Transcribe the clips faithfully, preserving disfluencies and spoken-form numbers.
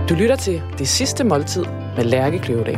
Du lytter til Det Sidste Måltid med Lærke Kløvedal.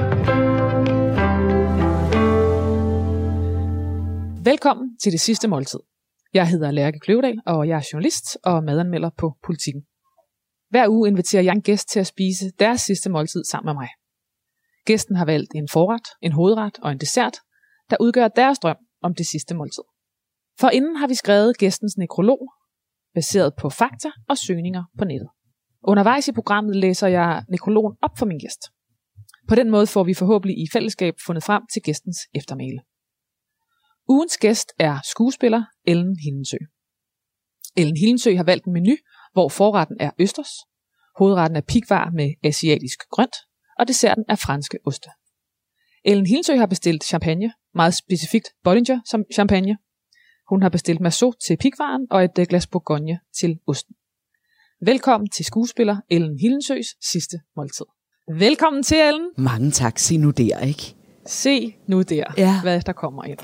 Velkommen til Det Sidste Måltid. Jeg hedder Lærke Kløvedal, og jeg er journalist og madanmelder på Politiken. Hver uge inviterer jeg en gæst til at spise deres sidste måltid sammen med mig. Gæsten har valgt en forret, en hovedret og en dessert, der udgør deres drøm om det sidste måltid. Forinden har vi skrevet gæstens nekrolog, baseret på fakta og søgninger på nettet. Undervejs i programmet læser jeg nekrologen op for min gæst. På den måde får vi forhåbentlig i fællesskab fundet frem til gæstens eftermæle. Ugens gæst er skuespiller Ellen Hillingsø. Ellen Hillingsø har valgt en menu, hvor forretten er østers, hovedretten er pighvar med asiatisk grønt, og desserten er franske oste. Ellen Hillingsø har bestilt champagne, meget specifikt Bollinger som champagne. Hun har bestilt Massot til pighvaren og et glas Bourgogne til osten. Velkommen til skuespiller Ellen Hillingsøs sidste måltid. Velkommen til, Ellen. Mange tak. Se nu der, ikke? Se nu der, ja. Hvad der kommer ind.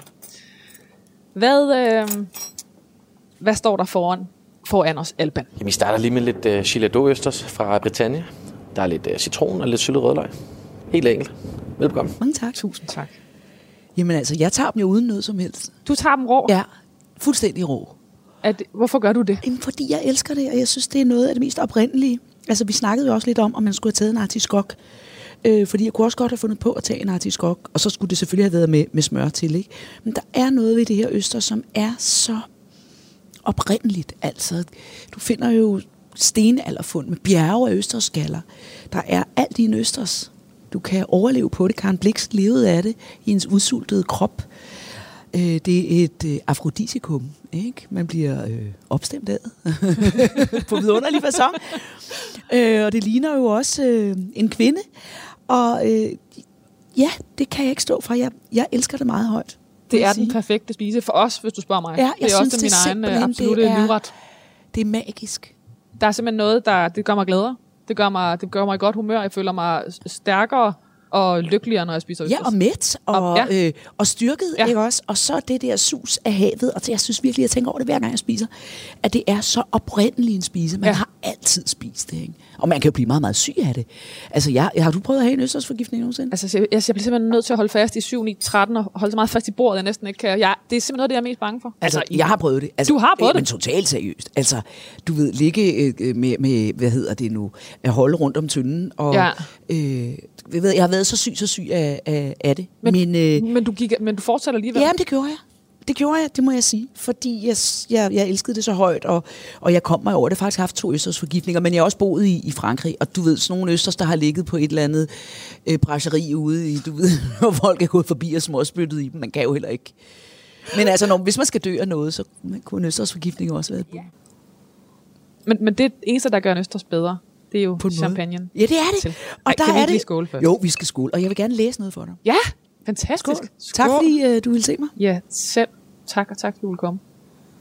Hvad, øh, hvad står der foran, foran os, Alban? Jamen, vi starter lige med lidt uh, Chili d'Østers fra Britannia. Der er lidt uh, citron og lidt syltet rødløg. Helt enkelt. Velkommen. Mange tak. Tusind tak. Jamen altså, jeg tager dem jo uden noget som helst. Du tager dem rå? Ja, fuldstændig rå. At, hvorfor gør du det? Jamen, fordi jeg elsker det, og jeg synes, det er noget af det mest oprindelige. Altså, vi snakkede jo også lidt om, om man skulle have taget en artiskok. Øh, fordi jeg kunne også godt have fundet på at tage en artiskok, og så skulle det selvfølgelig have været med, med smør til, ikke? Men der er noget ved det her østers, som er så oprindeligt. Altså, du finder jo stenalderfund med bjerge af østersskaller. Der er alt i en østers. Du kan overleve på det. Karen Blix levede af det i ens udsultede krop. Øh, det er et øh, afrodisikum, ikke? Man bliver øh, opstemt af på vidunderlig facon. Øh, og det ligner jo også øh, en kvinde. Og øh, ja, det kan jeg ikke stå fra. Jeg, jeg elsker det meget højt. Det er den perfekte spise for os, hvis du spørger mig. Ja, jeg det er synes, også det min egen absolutte livret. Det er magisk. Der er simpelthen noget, der det gør mig glæder. Det gør mig, det gør mig i godt humør. Jeg føler mig stærkere og lykkeligere, når jeg spiser østers. Ja, og mæt og, og, ja. øh, og styrket, ja. Ikke også? Og så det der sus af havet. Og jeg synes virkelig, jeg tænker over det hver gang, jeg spiser, at det er så oprindelig en spise. Man ja. har altid spist det, ikke? Og man kan jo blive meget, meget syg af det. Altså, jeg, har du prøvet at have en østersforgiftning nogensinde? Altså, jeg, jeg bliver simpelthen nødt til at holde fast i syv, ni, tretten og holde så meget fast i bordet, jeg næsten ikke kan. Jeg, det er simpelthen noget, det jeg er mest bange for. Altså, jeg har prøvet det. Altså, du har prøvet øh, det? Men totalt seriøst. Altså, du ved, ligge øh, med, med, hvad hedder det nu, at holde rundt om tynden. Og, ja. øh, jeg, ved, jeg har været så syg, så syg af, af, af det. Men, men, øh, men, du gik, men du fortsætter alligevel? Jamen, det gjorde jeg. Det gjorde jeg, det må jeg sige, fordi jeg, jeg, jeg elskede det så højt, og, og jeg kom mig over det. Jeg har faktisk haft to østersforgiftninger, men jeg har også boet i, i Frankrig, og du ved, sådan nogle østers, der har ligget på et eller andet øh, brasserie ude i, du ved, hvor folk er gået forbi og småspyttet i dem. Man kan jo heller ikke. Men altså, når, hvis man skal dø af noget, så kunne en østersforgiftning også være et ja. men, men det eneste, der gør en østers bedre, det er jo champagne. Ja, det er det. Til. Og Ej, der kan vi er ikke lige det. skåle først? Jo, vi skal skåle, og jeg vil gerne læse noget for dig. Ja, fantastisk. Skål. Skål. Tak fordi uh, du ville se mig. Ja, selv. Tak, og tak, fordi du ville komme.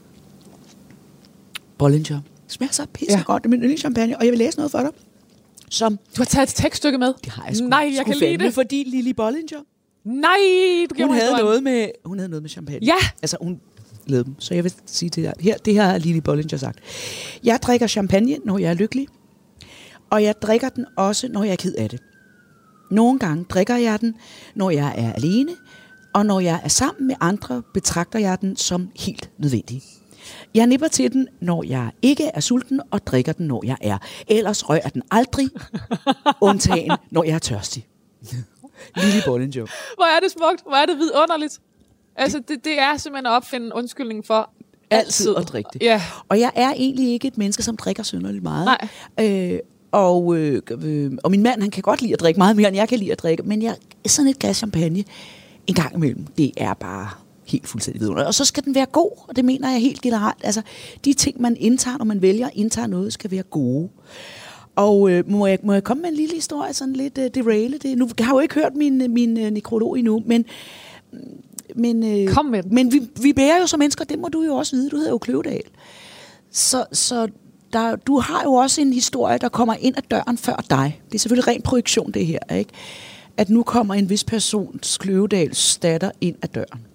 Bollinger. Smager så pisse ja. godt. Det er min yndlingschampagne, og jeg vil læse noget for dig. Som du har taget et tekststykke med? Det har jeg sgu. Nej, jeg kan lide det. Fordi Lili Bollinger. Nej, du giver hun mig havde noget med Hun havde noget med champagne. Ja. Altså, hun lavede dem. Så jeg vil sige til dig. Her, det her har Lili Bollinger sagt. Jeg drikker champagne, når jeg er lykkelig. Og jeg drikker den også, når jeg er ked af det. Nogle gange drikker jeg den, når jeg er alene. Og når jeg er sammen med andre, betragter jeg den som helt nødvendig. Jeg nipper til den, når jeg ikke er sulten, og drikker den, når jeg er. Ellers rører den aldrig, undtagen, når jeg er tørstig. Lili Bollinger. Hvor er det smukt, hvor er det vidunderligt. Altså, det, det er simpelthen at opfinde en undskyldning for altid at drikke det. Ja. Og jeg er egentlig ikke et menneske, som drikker synderligt meget. Nej. Øh, og, øh, øh, og min mand, han kan godt lide at drikke meget mere, end jeg kan lide at drikke. Men jeg er sådan et glas champagne en gang imellem. Det er bare helt fuldstændig vidunderligt. Og så skal den være god, og det mener jeg helt generelt. Altså, de ting, man indtager, når man vælger at indtage noget, skal være gode. Og øh, må, jeg, må jeg komme med en lille historie, sådan lidt øh, deraile det? Nu jeg har jo ikke hørt min, min øh, nekrolog endnu, men... Men, øh, Kom med den. Men vi, vi bærer jo som mennesker, det må du jo også vide, du hedder jo Kløvedal. Så, så der, du har jo også en historie, der kommer ind ad døren før dig. Det er selvfølgelig ren projektion, det her, ikke? At nu kommer en vis persons Kløvedals datter ind ad døren.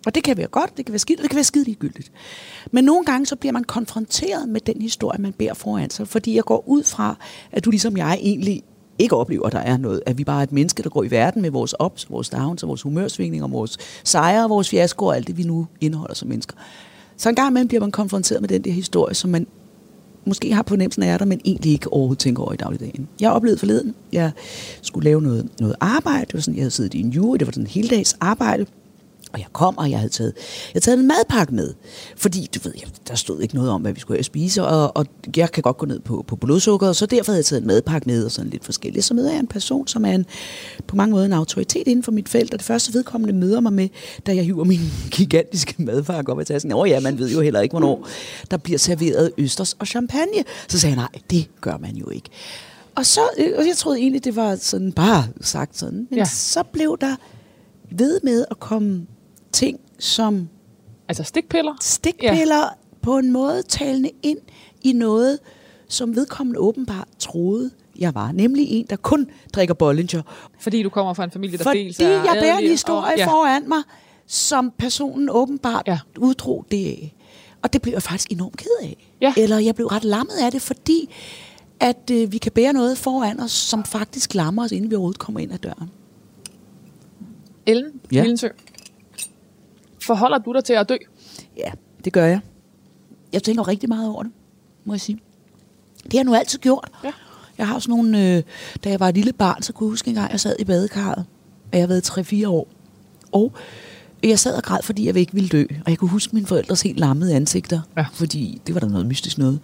Og det kan være godt, det kan være skidt, og det kan være skide ligegyldigt. Men nogle gange så bliver man konfronteret med den historie, man bærer foran sig, fordi jeg går ud fra, at du ligesom jeg egentlig ikke oplever, at der er noget, at vi bare er et menneske, der går i verden med vores ups, vores downs, og vores humørsvingninger, vores sejre, vores fiaskoer, og alt det, vi nu indeholder som mennesker. Så en gang imellem bliver man konfronteret med den der historie, som man måske har på fornemmelsen af der, men egentlig ikke overhovedet tænker over i dagligdagen. Jeg oplevede forleden, jeg skulle lave noget, noget arbejde, det var sådan, jeg havde siddet i en jury, det var sådan en heldags arbejde, og jeg kom, og jeg havde taget, jeg havde taget en madpakke med, fordi du ved, der stod ikke noget om, hvad vi skulle have at spise, og, og jeg kan godt gå ned på, på blodsukker, så derfor havde jeg taget en madpakke med, og sådan lidt forskelligt. Så møder jeg en person, som er en, på mange måder en autoritet inden for mit felt, og det første vedkommende møder mig med, da jeg hiver min gigantiske madpakke op af tasken. Åh ja, man ved jo heller ikke, hvornår der bliver serveret østers og champagne. Så sagde jeg, nej, det gør man jo ikke. Og så, og jeg troede egentlig, det var sådan bare sagt sådan, men ja. Så blev der ved med at komme ting som altså stikpiller, stikpiller ja. På en måde talende ind i noget, som vedkommende åbenbart troede, jeg var. Nemlig en, der kun drikker Bollinger. Fordi du kommer fra en familie, der Fordi dels er Fordi jeg bærer en historie og, ja. foran mig, som personen åbenbart ja. Uddrog det af. Og det blev jeg faktisk enormt ked af. Ja. Eller jeg blev ret lammet af det, fordi at øh, vi kan bære noget foran os, som faktisk lammer os, inden vi overhovedet kommer ind ad døren. Ellen ja. Hillingsø, forholder du dig til at dø? Ja, det gør jeg. Jeg tænker rigtig meget over det, må jeg sige. Det har jeg nu altid gjort. Ja. Jeg har sådan nogle, øh, da jeg var et lille barn, så kunne jeg huske en gang, jeg sad i badekarret, og jeg har været tre fire år. Og jeg sad og græd, fordi jeg ikke ville dø. Og jeg kunne huske mine forældres helt lammede ansigter, ja. Fordi det var der noget mystisk noget.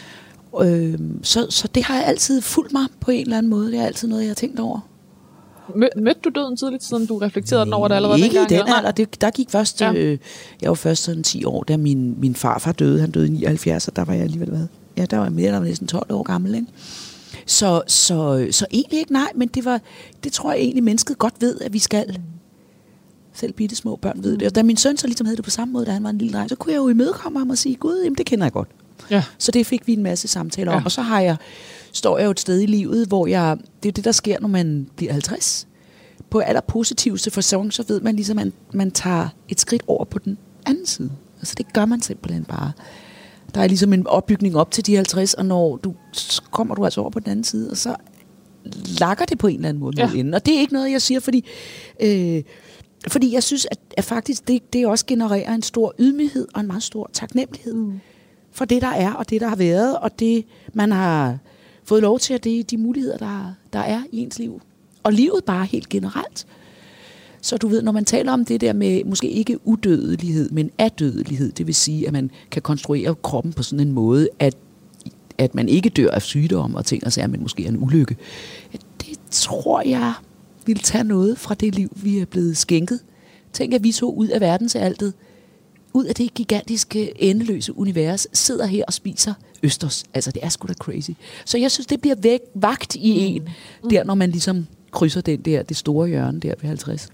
Øh, så, så det har jeg altid fulgt mig på en eller anden måde. Det er altid noget, jeg har tænkt over. Mø- mødte du døden tidligt, siden du reflekterede den over det allerede ikke dengang? Ikke i den alder. Det, der gik først, ja. øh, jeg var først sådan ti år, da min, min farfar døde. Han døde i nioghalvfjerds, og der var jeg alligevel været. Ja, der var jeg mere, der var næsten tolv år gammel, ikke? Så, så, så egentlig ikke nej, men det, var, det tror jeg egentlig, mennesket godt ved, at vi skal. Selv bitte små børn ved det. Og da min søn så ligesom havde det på samme måde, da han var en lille dreng, så kunne jeg jo imødekomme ham og sige, gud, jamen det kender jeg godt. Ja. Så det fik vi en masse samtaler om. Ja. Og så har jeg, står jeg jo et sted i livet, hvor jeg, det er det, der sker, når man bliver halvtreds. På allerpositivste fasong, så ved man ligesom, at man, man tager et skridt over på den anden side. Altså det gør man simpelthen bare. Der er ligesom en opbygning op til de halvtreds, og når du kommer du altså over på den anden side, og så lakker det på en eller anden måde ja. Inden. Og det er ikke noget, jeg siger, fordi, øh, fordi jeg synes, at, at faktisk det, det også genererer en stor ydmyghed og en meget stor taknemmelighed mm. for det, der er, og det, der har været, og det, man har fået lov til, at det er de muligheder, der, der er i ens liv. Og livet bare helt generelt. Så du ved, når man taler om det der med, måske ikke udødelighed, men adødelighed, det vil sige, at man kan konstruere kroppen på sådan en måde, at, at man ikke dør af sygdom og ting, og så er man måske en ulykke. Det tror jeg vil tage noget fra det liv, vi er blevet skænket. Tænk, at vi to ud af verdensaltet, ud af det gigantiske, endeløse univers, sidder her og spiser østers. Altså, det er sgu da crazy. Så jeg synes, det bliver væk, vagt i en, mm. der når man ligesom krydser den der, det store hjørne der ved halvtreds.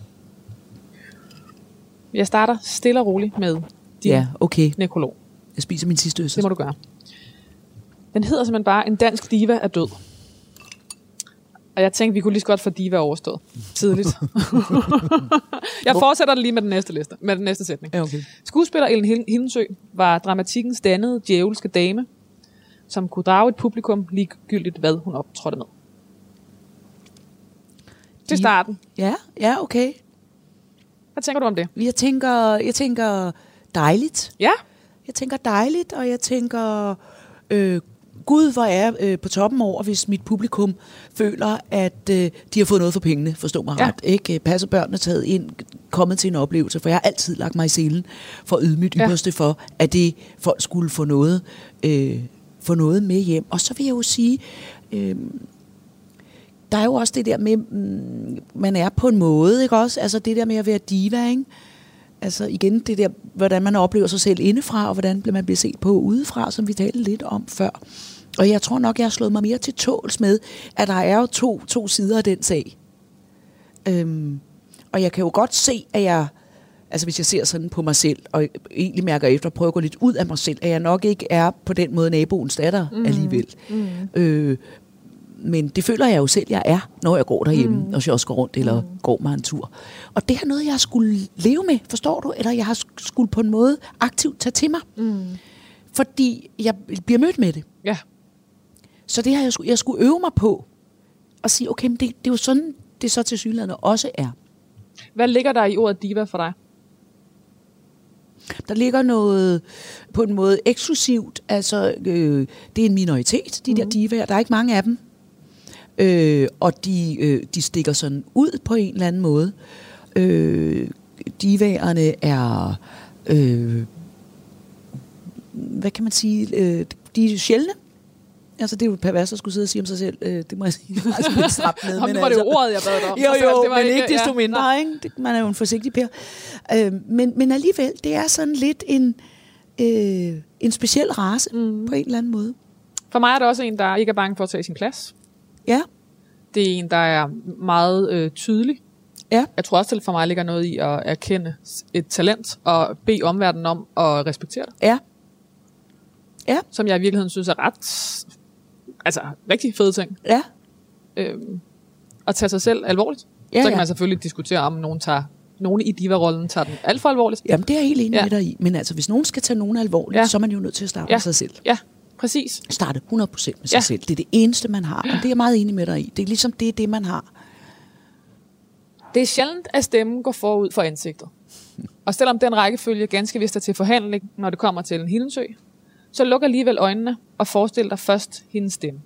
Jeg starter stille og roligt med din ja, okay. nekrolog. Jeg spiser min sidste østers. Det må du gøre. Den hedder simpelthen bare, En dansk diva er død. Og jeg tænkte, vi kunne lige så godt få diva overstået tidligt. Jeg fortsætter det lige med den næste liste, med den næste sætning. Ja, okay. Skuespiller Ellen Hillingsø var dramatikkens dannede djævelske dame, som kunne drage et publikum ligegyldigt, hvad hun optrådte med. Til starten. Ja, ja, okay. Hvad tænker du om det? Jeg tænker, jeg tænker dejligt. Ja. Jeg tænker dejligt, og jeg tænker, øh, Gud, hvor er jeg øh, på toppen over, hvis mit publikum føler, at øh, de har fået noget for pengene, forstå mig ja. Ret. Ikke? Passer børnene taget ind, kommet til en oplevelse, for jeg har altid lagt mig i selen for ydmygt ja. Ypperste for, at det folk skulle få noget, øh, få noget med hjem. Og så vil jeg jo sige, øh, der er jo også det der med, mm, man er på en måde, ikke også? Altså det der med at være diva, ikke? Altså igen, det der, hvordan man oplever sig selv indefra, og hvordan man bliver set på udefra, som vi talte lidt om før. Og jeg tror nok, jeg har slået mig mere til tåls med, at der er jo to, to sider af den sag. Øhm, og jeg kan jo godt se, at jeg, altså hvis jeg ser sådan på mig selv, og egentlig mærker efter, og prøver at gå lidt ud af mig selv, at jeg nok ikke er på den måde naboens datter mm. alligevel. Mm. Øh, men det føler jeg jo selv, jeg er, når jeg går derhjemme, mm. og jeg også går rundt eller mm. går mig en tur. Og det er noget, jeg har skulle leve med, forstår du? Eller jeg har skulle på en måde aktivt tage til mig. Mm. Fordi jeg bliver mødt med det. Ja. Så det har jeg, jeg skulle øve mig på. Og sige, okay, men det, det er jo sådan, det så til synligheden også er. Hvad ligger der i ordet diva for dig? Der ligger noget på en måde eksklusivt. Altså, øh, det er en minoritet, de mm. der divaer. Der er ikke mange af dem. Øh, og de, øh, de stikker sådan ud på en eller anden måde. Øh, divaerne er... Øh, hvad kan man sige? Øh, de er sjældne. Altså, det er jo pervers at skulle sidde og sige om sig selv. Øh, det må jeg sige. Altså, med strap ned, men, men altså, det var ordet, jeg bad dig om. Jo, jo, det var men ikke, ikke desto ja, mindre. Ikke? Det, man er jo en forsigtig per. Øh, men, men alligevel, det er sådan lidt en, øh, en speciel race mm. på en eller anden måde. For mig er det også en, der ikke er bange for at tage sin plads. Ja. Det er en, der er meget øh, tydelig. Ja. Jeg tror også, at for mig ligger noget i at erkende et talent og bede omverdenen om at respektere det. Ja. Ja. Som jeg i virkeligheden synes er ret, altså rigtig fede ting. Ja. Øhm, at tage sig selv alvorligt. Ja, så kan ja. man selvfølgelig diskutere, om nogen tager, nogen i diva-rollen tager den alt for alvorligt. Jamen, det er jeg helt enig ja. med dig i. Men altså, hvis nogen skal tage nogen alvorligt, ja. så er man jo nødt til at starte ja. med sig selv. Ja, præcis. Starte hundrede procent med sig ja. selv. Det er det eneste, man har. Og det er jeg meget enig med dig i. Det er ligesom det, er det man har. Det er sjældent, at stemmen går forud for ansigtet. Og selvom den rækkefølge ganske vist er til forhandling, når det kommer til en Hillensø, så luk alligevel øjnene og forestil dig først hendes stemme.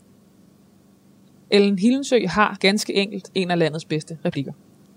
Ellen Hillensø har ganske enkelt en af landets bedste replikker.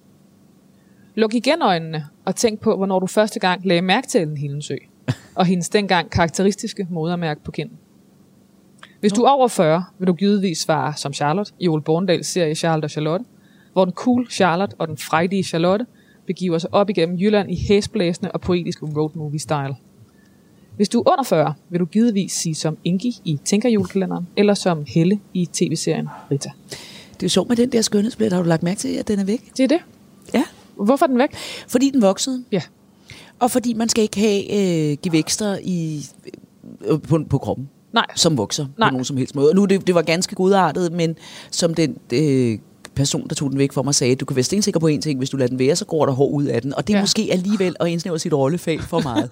Luk igen øjnene og tænk på, hvornår du første gang lagde mærke til Ellen Hillensø, og hendes dengang karakteristiske modermærke på kinden. Hvis du er over fyrre, vil du givetvis svare som Charlotte i Ole Borndals serie Charlotte og Charlotte, hvor den cool Charlotte og den frejdige Charlotte begiver sig op igennem Jylland i hæsblæsende og poetiske road movie style. Hvis du er under fyrre, vil du givetvis sige som Ingi i Tinkerjulekalenderen, eller som Helle i tv-serien Rita. Det er jo sjovt med den der skønhedsplet. Har du lagt mærke til, at den er væk? Det er det. Ja. Hvorfor er den væk? Fordi den voksede. Ja. Og fordi man skal ikke have øh, gevækster i, øh, på, på kroppen. Nej. Som vokser Nej. på nogen som helst måde. Og nu, det, det var ganske godartet, men som den... Øh, person, der tog den væk for mig, sagde, du kan være stensikker på en ting, hvis du lader den være, så går der hår ud af den. Og det er ja. måske alligevel at indsnævre sit rollefag for meget.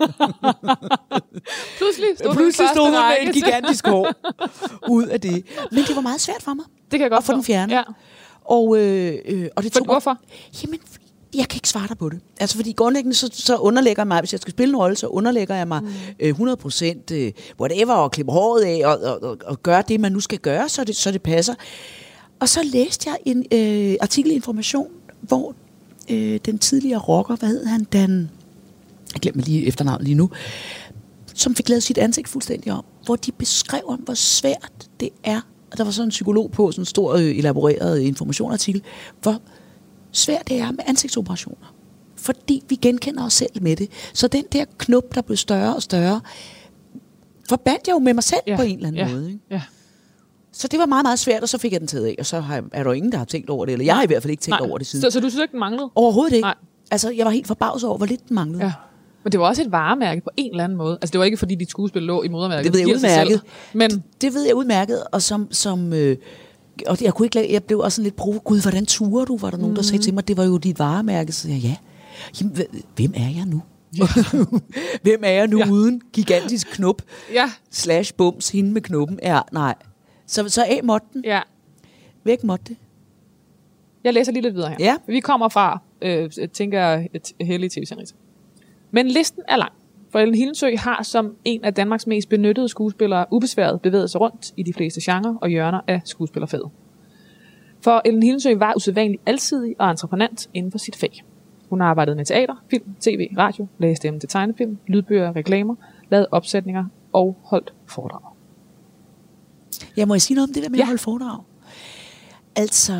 Pludselig stod, Pludselig stod hun med en gigantisk hår ud af det. Men det var meget svært for mig. Det kan jeg godt at få den fjernet. Ja. Og, øh, øh, og det for, tog hvorfor? Jamen, jeg kan ikke svare dig på det. Altså, fordi grundlæggende, så, så underlægger jeg mig, hvis jeg skal spille en rolle, så underlægger jeg mig mm. øh, hundrede procent øh, whatever, og klipper håret af, og, og, og, og gør det, man nu skal gøre, så det, så det passer. Og så læste jeg en øh, artikel i Information, hvor øh, den tidligere rocker, hvad hed han, Dan, jeg glemmer lige efternavnet lige nu, som fik lavet sit ansigt fuldstændig om, hvor de beskrev om, hvor svært det er, og der var sådan en psykolog på, sådan en stor øh, elaboreret informationartikel, hvor svært det er med ansigtsoperationer. Fordi vi genkender os selv med det. Så den der knop, der blev større og større, forbandt jeg jo med mig selv ja. på en eller anden ja. måde. Ikke? Ja. Så det var meget, meget svært, og så fik jeg den taget af, og så har jeg, er der ingen, der har tænkt over det, eller jeg har i hvert fald ikke tænkt Nej. over det siden. Så, så du synes ikke, den manglede? Overhovedet ikke. Nej. Altså, jeg var helt forbavset over, hvor lidt den manglede. Ja. Men det var også et varemærke på en eller anden måde. Altså, det var ikke, fordi dit skuespil lå i modermærket. Det ved jeg udmærket. Men det, det ved jeg udmærket, og som... som øh, og det, jeg, kunne ikke lade, jeg blev også sådan lidt provo. Gud, hvordan turer du? Var der nogen, der sagde til mig, det var jo dit varemærke. Så jeg, ja. Jamen, hvem er jeg nu? Ja. Hvem er jeg nu ja. uden gigantisk knop? Ja. Slash bums, hende med knoppen. Ja, nej. Så, så af måtte den. Ja. Væk måtte det. Jeg læser lige lidt videre her. Ja. Vi kommer fra, øh, tænker jeg, et helligt tv-serien. Men listen er lang. For Ellen Hillensø har som en af Danmarks mest benyttede skuespillere ubesværet bevæget sig rundt i de fleste genrer og hjørner af skuespillerfaget. For Ellen Hillensø var usædvanligt alsidig og entreprenant inden for sit fag. Hun har arbejdet med teater, film, tv, radio, lagde stemme til tegnefilm, lydbøger, reklamer, lavet opsætninger og holdt foredrag. Jeg må sige noget om det der med ja. at holde foredrag. Altså,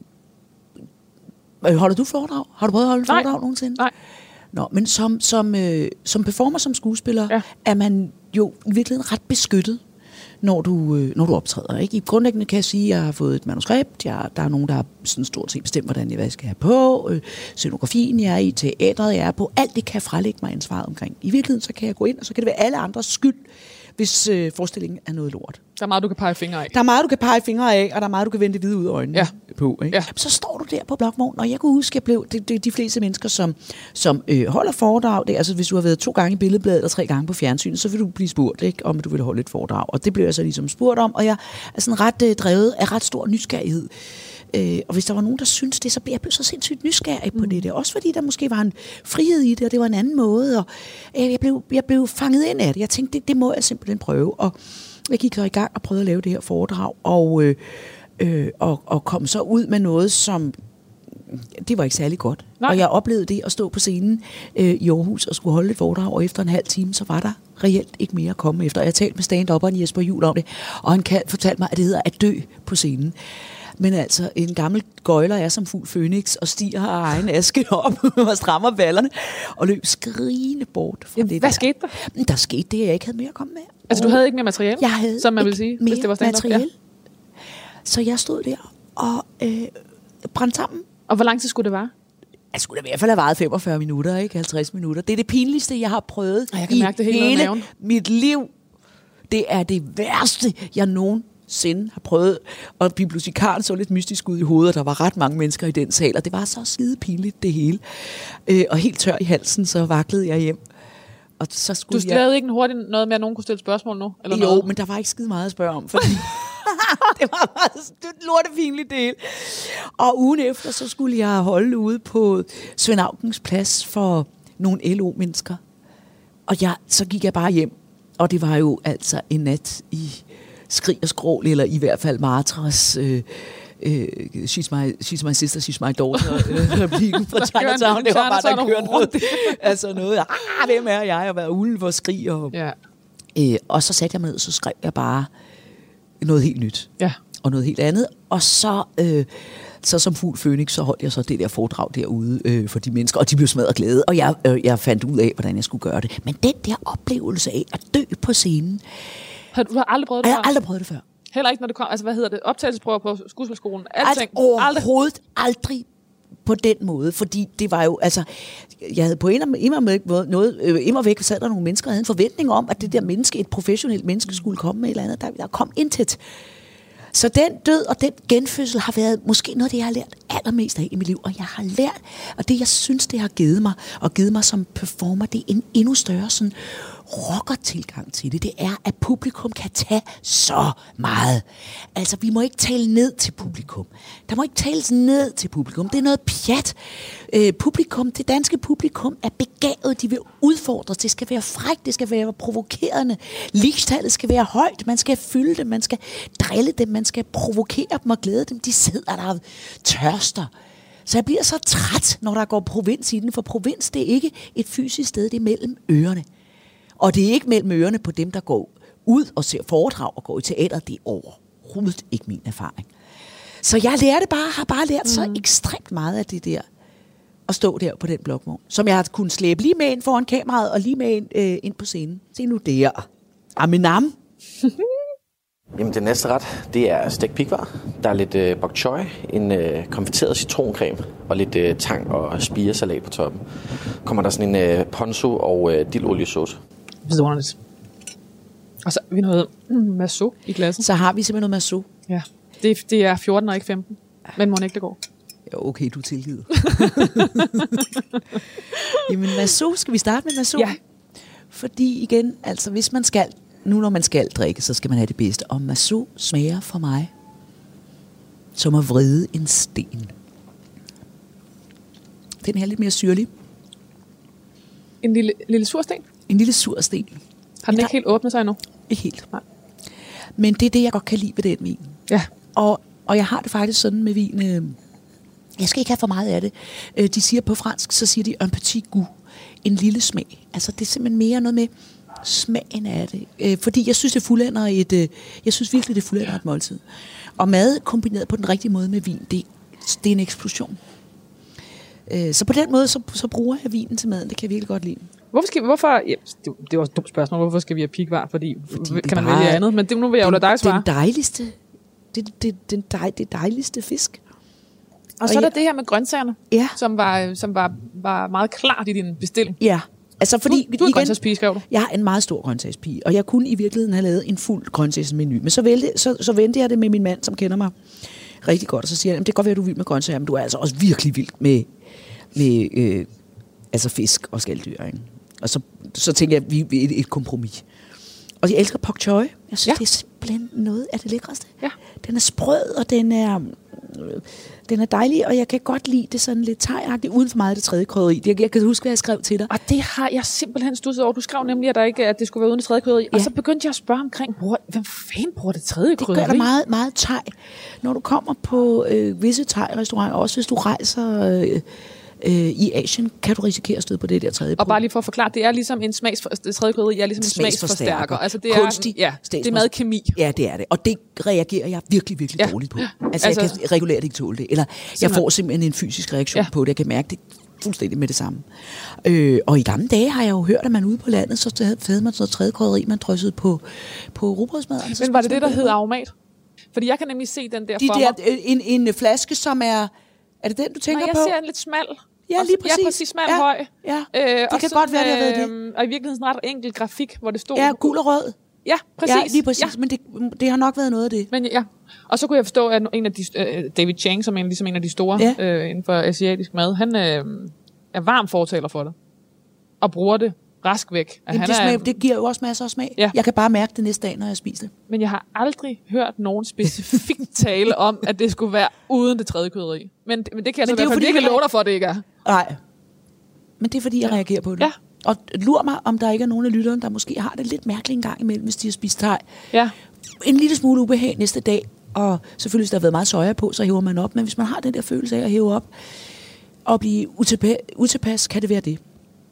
øh, holder du foredrag? Har du prøvet at holde Nej. foredrag nogensinde? Nej. Nå, men som, som, øh, som performer, som skuespiller, ja. er man jo i virkeligheden ret beskyttet, når du, øh, når du optræder. Ikke? I grundlæggende kan jeg sige, at jeg har fået et manuskript, jeg, der er nogen, der har sådan stort set bestemt, hvordan jeg, hvad jeg skal have på, øh, scenografien jeg er i, teatret jeg er på, alt det kan jeg frelægge mig ansvaret omkring. I virkeligheden så kan jeg gå ind, og så kan det være alle andres skyld, hvis øh, forestillingen er noget lort. Der er meget, du kan pege fingre af. Der er meget, du kan pege fingre af, og der er meget, du kan vende hvide ud af øjnene ja. på. Ikke? Ja. Så står du der på Blokvogn, og jeg kunne huske, jeg blev det, det, de fleste mennesker, som, som øh, holder foredrag, det, altså hvis du har været to gange i Billedbladet eller tre gange på fjernsynet, så vil du blive spurgt, ikke, om du vil holde et foredrag. Og det blev jeg så ligesom spurgt om, og jeg er sådan ret øh, drevet af ret stor nysgerrighed. Øh, og hvis der var nogen, der syntes det, så blev jeg så sindssygt nysgerrig på mm. det der. Også fordi der måske var en frihed i det, og det var en anden måde. Og øh, jeg, blev, jeg blev fanget ind af det. Jeg tænkte, det, det må jeg simpelthen prøve. Og jeg gik så i gang og prøvede at lave det her foredrag, og, øh, øh, og, og kom så ud med noget, som det var ikke særlig godt. Nej. Og jeg oplevede det at stå på scenen øh, i Aarhus og skulle holde et foredrag, og efter en halv time, så var der reelt ikke mere at komme efter. Jeg talte med stand-upperen Jesper Juhl om det, og han fortalte mig, at det hedder at dø på scenen. Men altså, en gammel gøjler er som fuld fønix og stiger af egen aske op og strammer ballerne og løb skrigende bort fra ja, det Hvad der. skete der? Der skete det, jeg ikke havde mere at komme med. Altså, du havde ikke mere materiale? Jeg havde som man vil sige, mere hvis det var stand-up? materiale. Ja. Så jeg stod der og øh, brændte sammen. Og hvor lang tid skulle det vare? Jeg skulle da i hvert fald have varet femogfyrre minutter, ikke halvtreds minutter. Det er det pinligste, jeg har prøvet jeg kan i mærke det hele, hele mit liv. Det er det værste, jeg nogensinde har prøvet. Og bibliotekaren så lidt mystisk ud i hovedet, og der var ret mange mennesker i den sal, og det var så skide pinligt det hele. Øh, og helt tør i halsen, så vaklede jeg hjem. Og så skulle du jeg... lavede ikke en hurtigt noget med, at nogen kunne stille spørgsmål nu? Eller jo, noget? Men der var ikke skide meget at spørge om, fordi det var bare det lortepinligt del. Og ugen efter, så skulle jeg holde ude på Svend Aukens plads for nogle L O-mennesker. Og jeg, så gik jeg bare hjem, og det var jo altså en nat i skrig og skrål, eller i hvert fald Martras... Øh, Uh, she's, my, she's my sister, she's my daughter uh, replikken fra Chinatown. Det var bare der kørte noget. Altså noget, ah, hvem er jeg? Jeg var ulven for skrig. Og, ja. uh, og så satte jeg mig ned, så skrev jeg bare noget helt nyt. Ja. Og noget helt andet. Og så, uh, så som fuld fønix, så holdt jeg så det der foredrag derude uh, for de mennesker, og de blev smadret glade. Og jeg, uh, jeg fandt ud af, hvordan jeg skulle gøre det. Men den der oplevelse af at dø på scenen, har du, du har aldrig prøvet det før? Jeg har aldrig prøvet det før. Heller ikke, når det kom, altså hvad hedder det, optagelsesprøver på skuespilskolen, alting. Altså, overhovedet aldrig på den måde, fordi det var jo, altså, jeg havde på en immer væk noget, øh, immer væk sad der nogle mennesker, og havde en forventning om, at det der menneske, et professionelt menneske, skulle komme med et eller andet, der, der kom intet. Så den død og den genfødsel har været måske noget af det, jeg har lært allermest af i mit liv, og jeg har lært, og det jeg synes, det har givet mig, og givet mig som performer, det er en endnu større sådan rockertilgang til det. Det er, at publikum kan tage så meget. Altså, vi må ikke tale ned til publikum. Der må ikke tales ned til publikum. Det er noget pjat. Øh, publikum, det danske publikum er begavet. De vil udfordres. Det skal være frækt. Det skal være provokerende. Ligestallet skal være højt. Man skal fylde dem. Man skal drille dem. Man skal provokere dem og glæde dem. De sidder der og tørster. Så jeg bliver så træt, når der går provins i den. For provins, det er ikke et fysisk sted. Det er mellem ørerne. Og det er ikke mellem ørerne på dem, der går ud og ser foredrag og går i teater. Det er overhovedet ikke min erfaring. Så jeg lærte bare, har bare lært så mm. ekstremt meget af det der. At stå der på den blokvogn. Som jeg har kunnet slæbe lige med ind foran kameraet og lige med ind, øh, ind på scenen. Se nu der. Aminam. Jamen, det næste ret, det er stegt pikvar. Der er lidt øh, bok choy, en øh, konfiteret citroncreme og lidt øh, tang og spiresalat på toppen. Kommer der sådan en øh, ponzu og øh, dildoliesaus. Vidunderligt. Og så har vi noget mm, masso i glassen. Så har vi simpelthen noget masso. Ja, det, det er fjorten og ikke femten. Men må ikke det går. Ja, okay, du er tilgivet. Jamen, masso, skal vi starte med masso? Ja. Fordi igen, altså hvis man skal, nu når man skal drikke, så skal man have det bedste. Og masso smager for mig som at vride en sten. Den her er lidt mere syrlig. En lille, lille sursten? En lille sur sten. Har den ikke helt åbnet sig endnu? Ikke helt. Nej. Men det er det, jeg godt kan lide ved den vin. Ja. Og, og jeg har det faktisk sådan med vin. Øh, jeg skal ikke have for meget af det. Øh, de siger på fransk, så siger de un petit goût. En lille smag. Altså det er simpelthen mere noget med smagen af det. Øh, fordi jeg synes, det fuldender et, øh, jeg synes virkelig, det fuldender et måltid. Og mad kombineret på den rigtige måde med vin, det, det er en eksplosion. Øh, så på den måde, så, så bruger jeg vinen til maden. Det kan jeg virkelig godt lide. Hvorfor skal vi, hvorfor, ja, det, det var et dumt spørgsmål, hvorfor skal vi have pikvar? Fordi, Fordi kan man bare, vælge andet? Men det, nu vil jeg jo lade dig svare. Den dejligste, det, det, den dej, det dejligste fisk. Og, og så er der ja, det her med grøntsagerne, ja. som, var, som var, var meget klart i din bestilling. Ja. Altså, fordi, du, du er en grøntsagspige, skrev du? Jeg er en meget stor grøntsagspige, og jeg kunne i virkeligheden have lavet en fuld grøntsagsmenu. Men så, vælte, så, så vendte jeg det med min mand, som kender mig rigtig godt, og så siger han, det kan godt være, at du er vild med grøntsager, men du er altså også virkelig vild med, med øh, altså fisk og skaldyr. Ikke? Og så, så tænker jeg, at vi er et, et kompromis. Og jeg elsker pak choi. Jeg synes, ja. det er simpelthen noget af det lækreste. Ja. Den er sprød, og den er, øh, den er dejlig, og jeg kan godt lide det sådan lidt thai-agtigt, uden for meget det tredje krydderi. Jeg, jeg kan huske, hvad jeg skrev til dig. Og det har jeg simpelthen studset over. Du skrev nemlig, at, der ikke, at det skulle være uden det tredje krydderi. Ja. Og så begyndte jeg at spørge omkring, hvor, hvem fanden bruger det tredje krydderi? Det gør der meget, meget thai. Når du kommer på øh, visse thai-restauranter, også hvis du rejser øh, øh, i Asien, kan du risikere at støde på det der tredje. Og bare lige for at forklare, det er ligesom en smags, det tredje krydderi er ligesom en smagsforstærker. Altså det er kunstig, ja, det er madkemi. Ja, det er det. Og det reagerer jeg virkelig, virkelig ja. dårligt på. Altså, altså jeg kan regulært ikke tåle det. Eller jeg får simpelthen en fysisk reaktion ja. på det. Jeg kan mærke det fuldstændig med det samme. Øh, og i gamle dage har jeg jo hørt, at man ude på landet, så havde man sådan tredje krydderi, man dryssede på, på rugbrødsmaden. Men var det det, der hed aromat? Fordi jeg kan nemlig se den der De for der, mig. En, en flaske, som er... Er det den, du tænker Nej, på? jeg ser en lidt smal. Ja, lige præcis. Ja, præcis smal ja, høj. Ja, øh, det kan godt være, det har været det. Og i virkeligheden sådan en ret enkelt grafik, hvor det stod... Ja, gul og rød. Ja, præcis. Ja, lige præcis. Ja. Men det, det har nok været noget af det. Men ja, og så kunne jeg forstå, at en af de, uh, David Chang, som er ligesom en af de store ja. uh, inden for asiatisk mad, han uh, er varm fortaler for det. Og bruger det rask væk. Jamen, han det, smag, er, det giver jo også masser af smag. Ja. Jeg kan bare mærke det næste dag, når jeg spiser det. Men jeg har aldrig hørt nogen specifikt tale om, at det skulle være uden det tredje krydderi. Men, men det kan jeg så i hvert fald virkelig love dig for, at det ikke er. Nej. Men det er fordi, jeg ja. reagerer på det. Ja. Og lur mig, om der ikke er nogen af lytterne, der måske har det lidt mærkeligt en gang imellem, hvis de har spist thai. Ja. En lille smule ubehag næste dag. Og selvfølgelig, hvis der har været meget soja på, så hæver man op. Men hvis man har den der følelse af at hæve op og blive utilpas, kan det være det.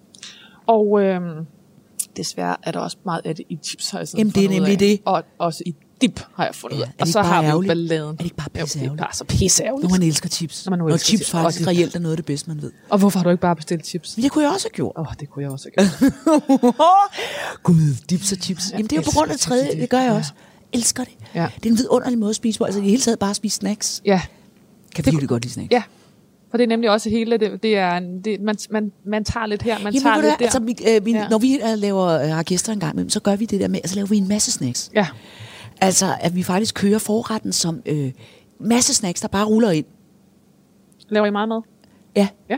Og øhm, desværre er der også meget af det i chips, har jeg sådan Jamen, det er nemlig af. det. Og også i dip, har jeg fundet ud af. Ja, og så har ærgerligt? vi balladen. Er det ikke bare pisseærgerligt? Det er bare så pisseærgerligt. Når man elsker chips. Når, man Når elsker chips chips. faktisk reelt er noget af det bedste, man ved. Og hvorfor har du ikke bare bestilt chips? Men det kunne jeg også have gjort. Åh, oh, det kunne jeg også have gjort. Gud, dips og chips. Jamen, det er jo på grund af tredje, det gør jeg også. Elsker det. Ja. Det er en vidunderlig måde at spise på. Altså i det hele taget bare at spise snacks. Ja. Kan det virkelig godt lide snacks. Ja. For det er nemlig også hele det, det er det, man, man, man tager lidt her, man Jamen, tager lidt der. Altså, vi, øh, vi, ja. Når vi uh, laver uh, har gæster en gang med, så gør vi det der med, altså laver vi en masse snacks. Ja. Altså, at vi faktisk kører forretten som øh, masse snacks, der bare ruller ind. Laver I meget mad? Ja. Ja.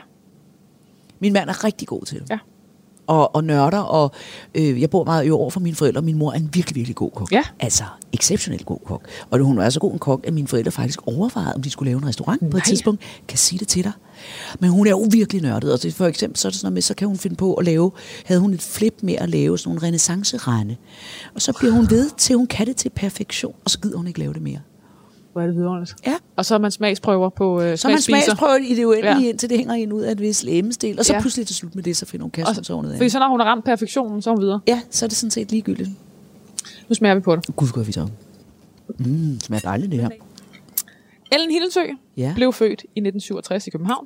Min mand er rigtig god til det. Ja. Og, og nørder, og øh, jeg bor meget jo over for mine forældre. Min mor er en virkelig, virkelig god kok. Ja. Altså, exceptionelt god kok. Og hun er så god en kok, at mine forældre faktisk overvejede, om de skulle lave en restaurant Nej. på et tidspunkt. Kan sige det til dig. Men hun er jo virkelig nørdet. Og det, for eksempel, så er det sådan noget med, så kan hun finde på at lave, havde hun et flip med at lave sådan nogle renaissance-rande. Og så bliver hun ved til, hun kan det til perfektion, og så gider hun ikke lave det mere. Hvor er det vidunderligt. Ja. Og så er man smagsprøver på øh, Så er man smagsprøver i det uendelige, ja. indtil det hænger ind ud af et vis lemmestil. Og så ja. pludselig til slut med det, så finder hun kastensovnet af. Fordi så når hun har ramt perfektionen, så er hun videre. Ja, så er det sådan set ligegyldigt. Nu smager vi på det. Gud, gør vi så. Mm, det smager dejligt det her. Ellen Hillingsø ja. blev født i nitten syvogtres i København.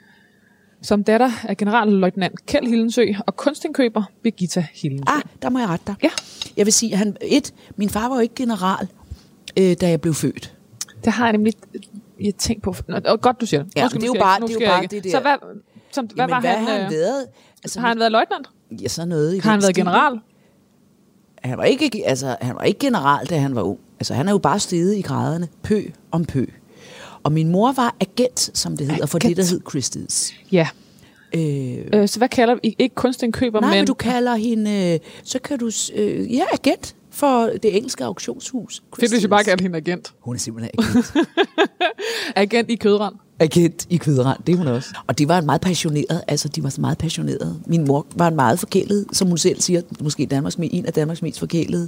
Som datter af generalløjtnant Kjeld Hillingsø og kunstindkøber Birgitta Hillingsø. Ah, der må jeg rette dig. Ja. Jeg vil sige, han, et, min far var jo ikke general, øh, da jeg blev født. Det har jeg nemlig jeg tænkt på. Nå, godt, du siger det. Ja, det er jo bare det, er jo bare det der. Så hvad, som, hvad Jamen, var hvad han? har han været? Altså, har han været løjtnant? Ja, så noget. I har han været stil. general? Han var, ikke, altså, han var ikke general, da han var ung. Altså, han er jo bare steget i graderne, pø om pø. Og min mor var agent, som det hedder, agent. For det, der hed Christie's. Ja. Øh, øh, så hvad kalder vi? Ikke kunstindkøber, nej, men... men du kalder hende... Øh, så kan du... Øh, ja, agent for det engelske auktionshus. Fedt, hvis vi bare kalder hende agent. Hun er simpelthen agent. Agent i kødrand. Agent i kødrand, det er hun også. Og det var en meget passioneret, altså de var meget passionerede. Min mor var en meget forkælet, som hun selv siger, måske Danmarks, en af Danmarks mest forkælede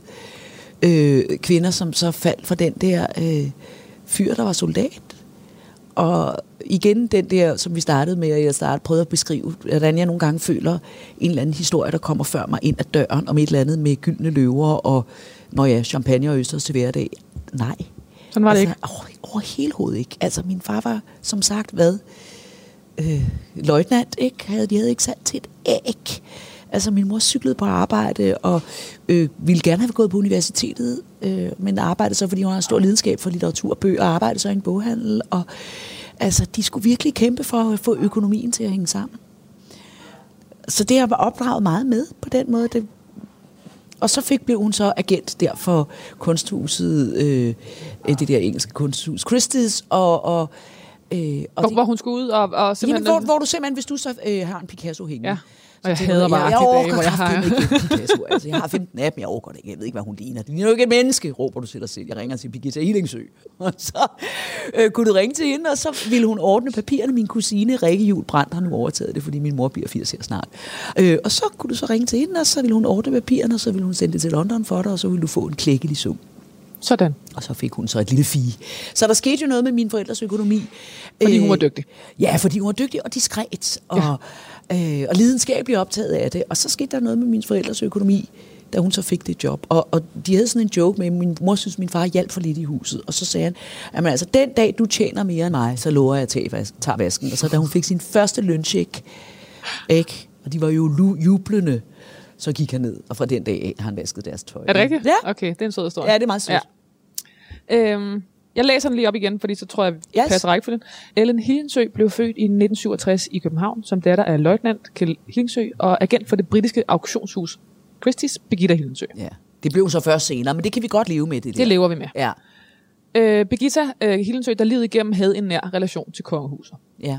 øh, kvinder, som så faldt for den der øh, fyr, der var soldat. Og igen den der, som vi startede med, at jeg startede, prøvede at beskrive, hvordan jeg nogle gange føler en eller anden historie, der kommer før mig ind ad døren, om et eller andet med gyldne løver og, når ja, champagne og østers til hverdag. Nej. Sådan var det altså, ikke? Over, over hele hovedet ikke. Altså min far var, som sagt, hvad? Øh, løjtnant, ikke? Havde, de havde ikke sat til et æg. Altså min mor cyklede på arbejde, og øh, ville gerne have gået på universitetet, øh, men arbejdede så, fordi hun har en stor lidenskab for litteratur og bøger, og arbejdede så i en boghandel, og altså, de skulle virkelig kæmpe for at få økonomien til at hænge sammen. så det har jeg opdraget meget med på den måde. Det, og så fik blev hun så agent der for kunsthuset, øh, det der engelske kunsthus, Christie's, og... og Øh, og hvor, det, hvor hun skulle ud og, og simpelthen... jamen, hvor, hvor du simpelthen, hvis du så øh, har en Picasso hængende. Ja. Og jeg hader bare jeg, de jeg dage, hvor jeg har... ikke Picasso. Altså, jeg har femten af dem, jeg overgår det ikke. Jeg ved ikke, hvad hun ligner. Det ligner jo ikke et menneske, råber du til dig selv. Jeg ringer til Birgitta Hillingsø. Og så øh, kunne du ringe til hende, og så ville hun ordne papirerne. Min kusine, Rikke Juhl Brandt, har nu overtaget det, fordi min mor bliver firs her snart. Øh, og så kunne du så ringe til hende, og så ville hun ordne papirerne, og så ville hun sende det til London for dig, og så ville du få en klækkelig sum. Sådan. Og så fik hun så et lille fie. Så der skete jo noget med mine forældres økonomi. Fordi hun var dygtig. Ja, fordi hun var dygtig og diskret. Og, ja. øh, og lidenskabeligt optaget af det. Og så skete der noget med mine forældres økonomi, da hun så fik det job. Og, og de havde sådan en joke med, at min mor synes, min far hjalp for lidt i huset. Og så sagde han, jamen altså, den dag du tjener mere end mig, så lover jeg at tage tager vasken. Og så da hun fik sin første løncheck, ikke? Og de var jo jublende, så gik han ned, og fra den dag af har han vasket deres tøj. Er det rigtigt? Ja. Okay, det er en sød historie. Ja, det er meget sødt. Ja. Øhm, jeg læser den lige op igen, fordi så tror jeg, jeg yes. passer række for den. Ellen Hillingsø blev født i nitten syvogtres i København, som datter af løjtnant Kjeld Hillingsø og agent for det britiske auktionshus Christie's, Birgitta Hillingsø. Ja, det blev så først senere, men det kan vi godt leve med. Det, der. Det lever vi med. Ja. Øh, Birgitta øh, Hillingsø, der livet igennem, havde en nær relation til kongehuset. Ja.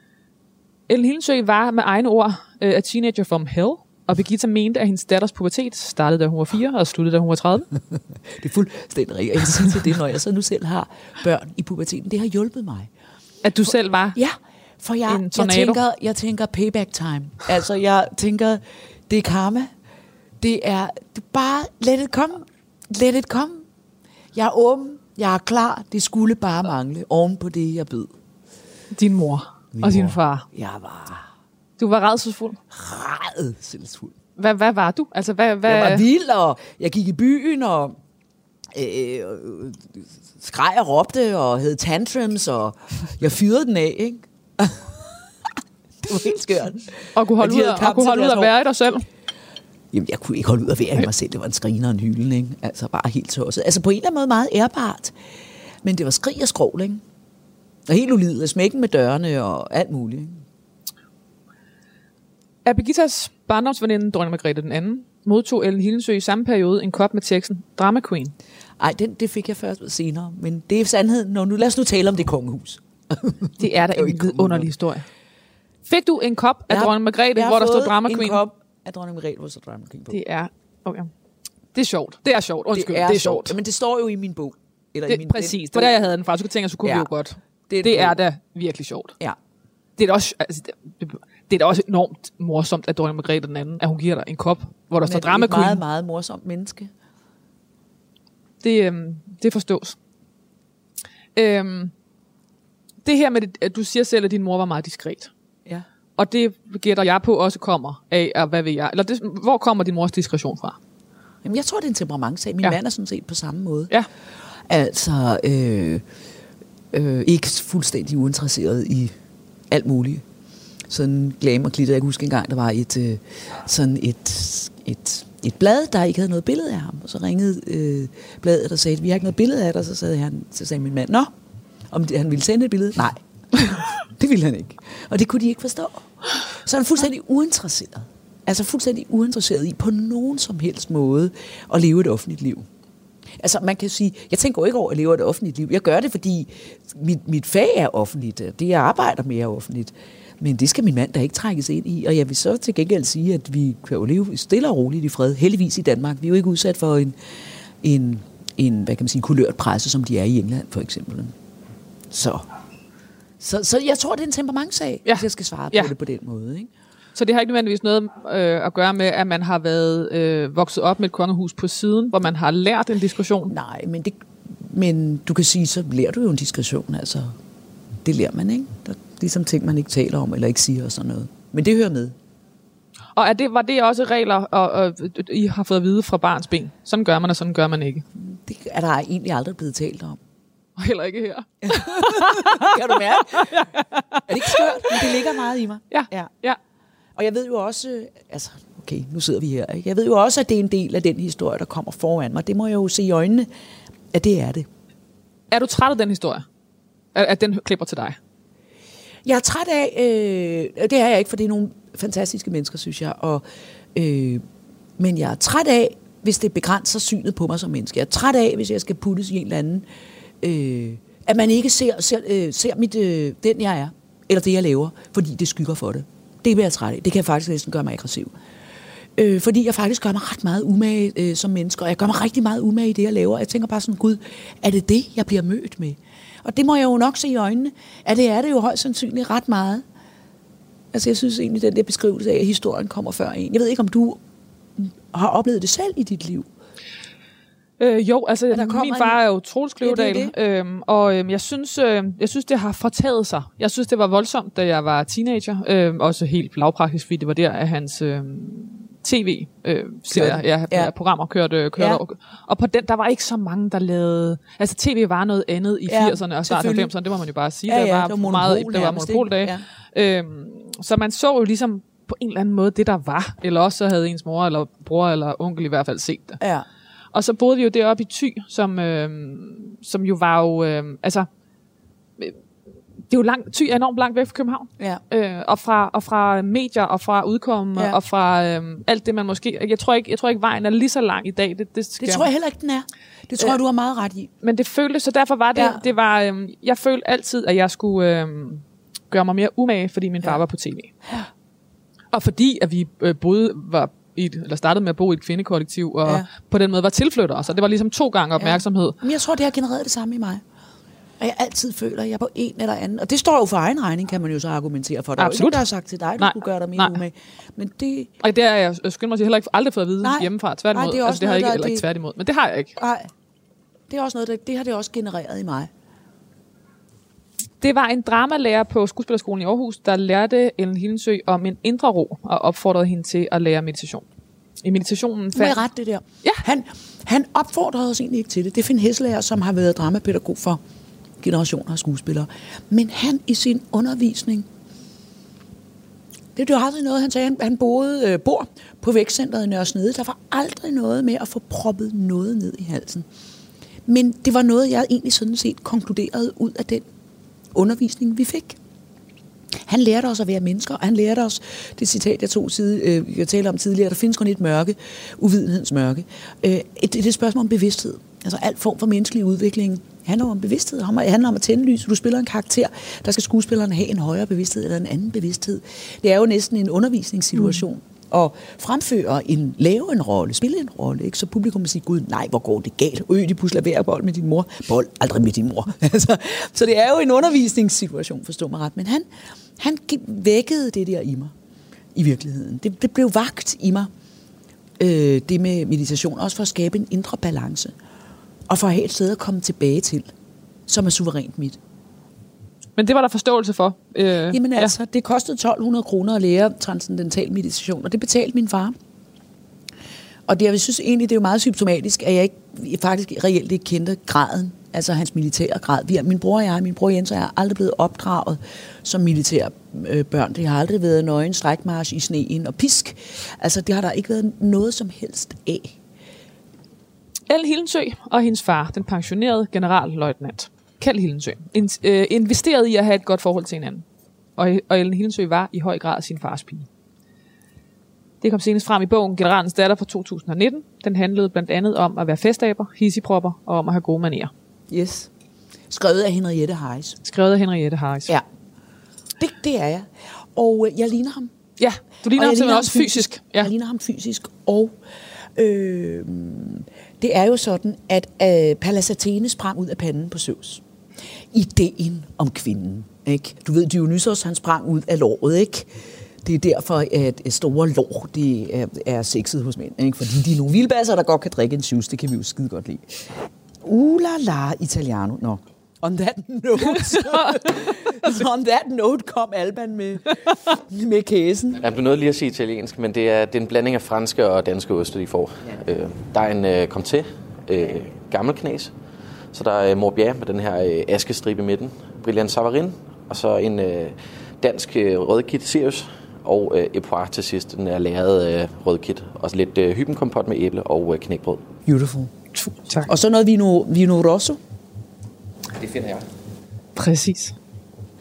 Ellen Hillingsø var med egne ord øh, a teenager from hell, og Birgitta mente, at hendes datters pubertet startede, da hun var fire, og sluttede, da hun var tredive. Det er fuldstændig rigtigt. Jeg siger til det, når jeg så nu selv har børn i puberteten. Det har hjulpet mig. At du for, selv var Ja, for jeg, jeg, tænker, jeg tænker payback time. Altså, jeg tænker, det er karma. Det er, det er bare, let it come. Let it come. Jeg er åben. Jeg er klar. Det skulle bare mangle oven på det, jeg bød. Din mor Min og mor. din far. Jeg var... Du var rædselsfuld? Rædselsfuld. Hvad, hvad var du? Altså, hvad, hvad... Jeg var vild, og jeg gik i byen, og øh, skreg og råbte, og havde tantrums, og jeg fyrede den af, ikke? Det var helt skørt. Og kunne holde ud, og kunne holde ud at være i dig selv? Jamen, jeg kunne ikke holde ud at være i mig selv. Det var en skriner og en hylden, ikke? Altså, bare helt tosset. Altså, på en eller anden måde meget ærbart. Men det var skrig og skrål, ikke? Og helt ulideligt. Smækken med dørene og alt muligt, ikke? Af Birgittas barndomsveninde, dronning Margrethe den anden, modtog Ellen Hillingsø i samme periode en kop med teksten Drama Queen. Ej, den, det fik jeg først senere. Men det er sandheden. Nå, nu, lad os nu tale om det kongehus. Det er da en vidunderlig historie. Fik du en kop af dronning Margrethe, hvor der stod Drama Queen? Jeg har fået en kop af dronning Margrethe, hvor der stod Drama Queen på. Det er... Okay. Det er sjovt. Det er sjovt. Undskyld, det er, det er sjovt. sjovt. Men det står jo i min bog. Eller det, i min, præcis. Det var der, jeg havde den fra. Så kunne tænke, så kunne ja. vi jo godt. Det, det er da virkelig sjovt. Ja. Det er da også... Altså, det, det er da også enormt morsomt, at dronning Margrethe den anden, at hun giver dig en kop, hvor der står Drama Queen. Det er et meget, meget morsomt menneske. Det, øhm, det forstås. Øhm, det her med, det, at du siger selv, at din mor var meget diskret. Ja. Og det gætter jeg på også kommer af, at, hvad ved jeg, eller det, hvor kommer din mors diskretion fra? Jamen, jeg tror, det er en temperamentsag. Min ja. mand er sådan set på samme måde. Ja. Altså, øh, øh, ikke fuldstændig uinteresseret i alt muligt. Sådan glam og glitter. Jeg kan huske engang, der var et, øh, sådan et, et, et blad, der ikke havde noget billede af ham. Og så ringede øh, bladet og sagde, vi har ikke noget billede af dig. Så sagde, han, så sagde min mand, nå, om det, han ville sende et billede? Nej, det ville han ikke. Og det kunne de ikke forstå. Så er han fuldstændig uinteresseret. Altså fuldstændig uinteresseret i på nogen som helst måde at leve et offentligt liv. Altså man kan sige, jeg tænker ikke over at leve et offentligt liv. Jeg gør det, fordi mit, mit fag er offentligt. Det jeg arbejder med er offentligt. Men det skal min mand da ikke trækkes ind i. Og jeg vil så til gengæld sige, at vi kan jo leve stille og roligt i fred. Heldigvis i Danmark. Vi er jo ikke udsat for en, en, en hvad kan man sige, kulørt presse, som de er i England for eksempel. Så, så, så jeg tror, det er en temperamentsag, ja. hvis jeg skal svare på ja. det på den måde. Ikke? Så det har ikke nødvendigvis noget øh, at gøre med, at man har været øh, vokset op med et kongehus på siden, hvor man har lært en diskretion? Nej, men, det, men du kan sige, så lærer du jo en diskretion. Altså, det lærer man, ikke? Der er ligesom ting, man ikke taler om, eller ikke siger og sådan noget. Men det hører med. Og er det, var det også regler, og, og, I har fået at vide fra barns ben? Sådan gør man, og sådan gør man ikke? Det er der egentlig aldrig blevet talt om. Og heller ikke her. Kan du mærke? Er det ikke skørt? Men det ligger meget i mig. Ja, ja. ja. Og jeg ved jo også, altså, okay, nu sidder vi her, ikke? Jeg ved jo også, at det er en del af den historie, der kommer foran mig. Det må jeg jo se i øjnene, at det er det. Er du træt af den historie? At, at den klipper til dig? Jeg er træt af, øh, det er jeg ikke, for det er nogle fantastiske mennesker, synes jeg, og, øh, men jeg er træt af, hvis det begrænser synet på mig som menneske. Jeg er træt af, hvis jeg skal puttes i en eller anden, øh, at man ikke ser, ser, øh, ser mit, øh, den jeg er, eller det jeg laver, fordi det skygger for det. Det bliver jeg træt af. Det kan faktisk næsten gøre mig aggressiv. Øh, fordi jeg faktisk gør mig ret meget umage øh, som menneske, og jeg gør mig rigtig meget umage i det, jeg laver. Jeg tænker bare sådan, Gud, er det det, jeg bliver mødt med? Og det må jeg jo nok se i øjnene, at det er det jo højst sandsynligt ret meget. Altså jeg synes egentlig, den der beskrivelse af, at historien kommer før en. Jeg ved ikke, om du har oplevet det selv i dit liv? Øh, jo, altså min far er jo Troels Kløvedal, øhm, og øhm, jeg, synes, øh, jeg synes, det har fortaget sig. Jeg synes, det var voldsomt, da jeg var teenager. Øh, også helt lavpraktisk, fordi det var der, at hans øh, tv-serier, øh, ja, ja. programmer kørte. kørte ja. og, og på den, der var ikke så mange, der lavede... Altså tv var noget andet i ja, firserne og start halvfemserne, det må man jo bare sige. Ja, ja, der var, det var monopol, meget, der var monopoldage. Ja. Øhm, så man så jo ligesom på en eller anden måde det, der var. Eller også så havde ens mor eller bror eller onkel i hvert fald set det. Ja. Og så boede vi jo deroppe i Thy, som, øh, som jo var jo, øh, altså, det er jo langt, Thy er enormt langt væk fra København. Ja. Øh, og, fra, og fra medier, og fra udkomme, ja. og fra øh, alt det, man måske, jeg tror ikke, jeg tror ikke vejen er lige så lang i dag. Det, det, det tror jeg heller ikke, den er. Det tror jeg, øh, du har meget ret i. Men det føltes, så derfor var det, ja. det var, øh, jeg følte altid, at jeg skulle øh, gøre mig mere umage, fordi min far ja. var på tv. Ja. Og fordi, at vi øh, boede, var i et, eller startede med at bo i et kvindekollektiv, og ja. på den måde var tilflyttere. Så det var ligesom to gange opmærksomhed. Ja. Men jeg tror, det har genereret det samme i mig. Og jeg altid føler, at jeg er på en eller anden. Og det står jo for egen regning, kan man jo så argumentere for. Der er jo ikke, der har sagt til dig, at du skulle gøre dig mere umage. Men det... Og det har jeg, jeg skynder mig heller ikke aldrig fået at vide nej. hjemmefra. Tværtimod. Nej, det, altså, det har jeg ikke, eller ikke tværtimod. Men det har jeg ikke. Nej. Det er også noget, der, det har det også genereret i mig. Det var en dramalærer på Skuespillerskolen i Aarhus, der lærte Ellen Hillingsø om en indre ro, og opfordrede hende til at lære meditation. I meditationen fandt... Må jeg ret det der? Ja. Han, han opfordrede os egentlig ikke til det. Det er Finn Hesselager, som har været dramapædagog for generationer af skuespillere. Men han i sin undervisning... Det var aldrig noget, han sagde. Han, han boede, øh, bor på vækstcentret i Nørre Snede. Der var aldrig noget med at få proppet noget ned i halsen. Men det var noget, jeg egentlig sådan set konkluderede ud af den undervisning, vi fik. Han lærte os at være mennesker, og han lærte os, det citat, jeg tog side, øh, jeg talte om tidligere, der findes kun et mørke, uvidenhedens mørke. Øh, det, det er et spørgsmål om bevidsthed. Altså alt form for menneskelig udvikling handler om bevidsthed. Det handler om at tænde lys. Du spiller en karakter, der skal skuespillerne have en højere bevidsthed eller en anden bevidsthed. Det er jo næsten en undervisningssituation. Mm. Og fremføre en, lave en rolle, spille en rolle, ikke? Så publikum vil sige, gud, nej, hvor går det galt? Ø, de pusler hver bold med din mor. Bold, aldrig med din mor. altså, så det er jo en undervisningssituation, forstår mig ret. Men han, han vækkede det der i mig, i virkeligheden. Det, det blev vagt i mig, øh, det med meditation, også for at skabe en indre balance. Og for at have et sted at komme tilbage til, som er suverænt mit. Men det var der forståelse for? Øh, Jamen altså, ja. Det kostede tolv hundrede kroner at lære transcendental meditation, og det betalte min far. Og det, jeg synes egentlig, det er jo meget symptomatisk, at jeg ikke, jeg faktisk reelt ikke kendte graden, altså hans militære grad. Vi, min bror og jeg, min bror Jens og jeg, er aldrig blevet opdraget som militære øh, børn. Det har aldrig været nøgen, strækmarch i sneen og pisk. Altså, det har der ikke været noget som helst af. Ellen Hillingsø og hendes far, den pensionerede generalløjtnant Kjeld Hillingsø, in, øh, investerede i at have et godt forhold til hinanden. Og, og Ellen Hillingsø var i høj grad sin fars pige. Det kom senest frem i bogen Generalens datter fra to tusind nitten. Den handlede blandt andet om at være festaber, hissigpropper og om at have gode manerer. Yes. Skrevet af Henriette Harris. Skrevet af Henriette Harris. Ja. Det, det er jeg. Og øh, jeg ligner ham. Ja, du ligner ham simpelthen også fysisk. fysisk. Ja. Jeg ligner ham fysisk. Og øh, det er jo sådan, at øh, Pallas Athene sprang ud af panden på Zeus. Ideen om kvinden, ikke? Du ved, Dionysos, han sprang ud af låret, ikke? Det er derfor, at store lår, det er, er sexet hos mænd, ikke? Fordi de er nogle vildbasser, der godt kan drikke en juice. Det kan vi jo skide godt lide. Uh la la, italiano. Nå. On that note, on that note kom Alban med, med kæsen. Jeg blev nødt lige at sige italiensk, men det er, det er en blanding af franske og danske oste, de får. Ja. Øh, der er en øh, comté, øh, gammelknæs. Så der er Morbier med den her øh, askestribe i midten, Brillant Savarin, og så en øh, dansk øh, rødkit Sirius, og øh, Epoire til sidst, den er lavet øh, rødkit, og så lidt øh, hybenkompot med æble og øh, knækbrød. Beautiful. Tak. Og så noget vino, vino rosso. Det finder jeg. Præcis.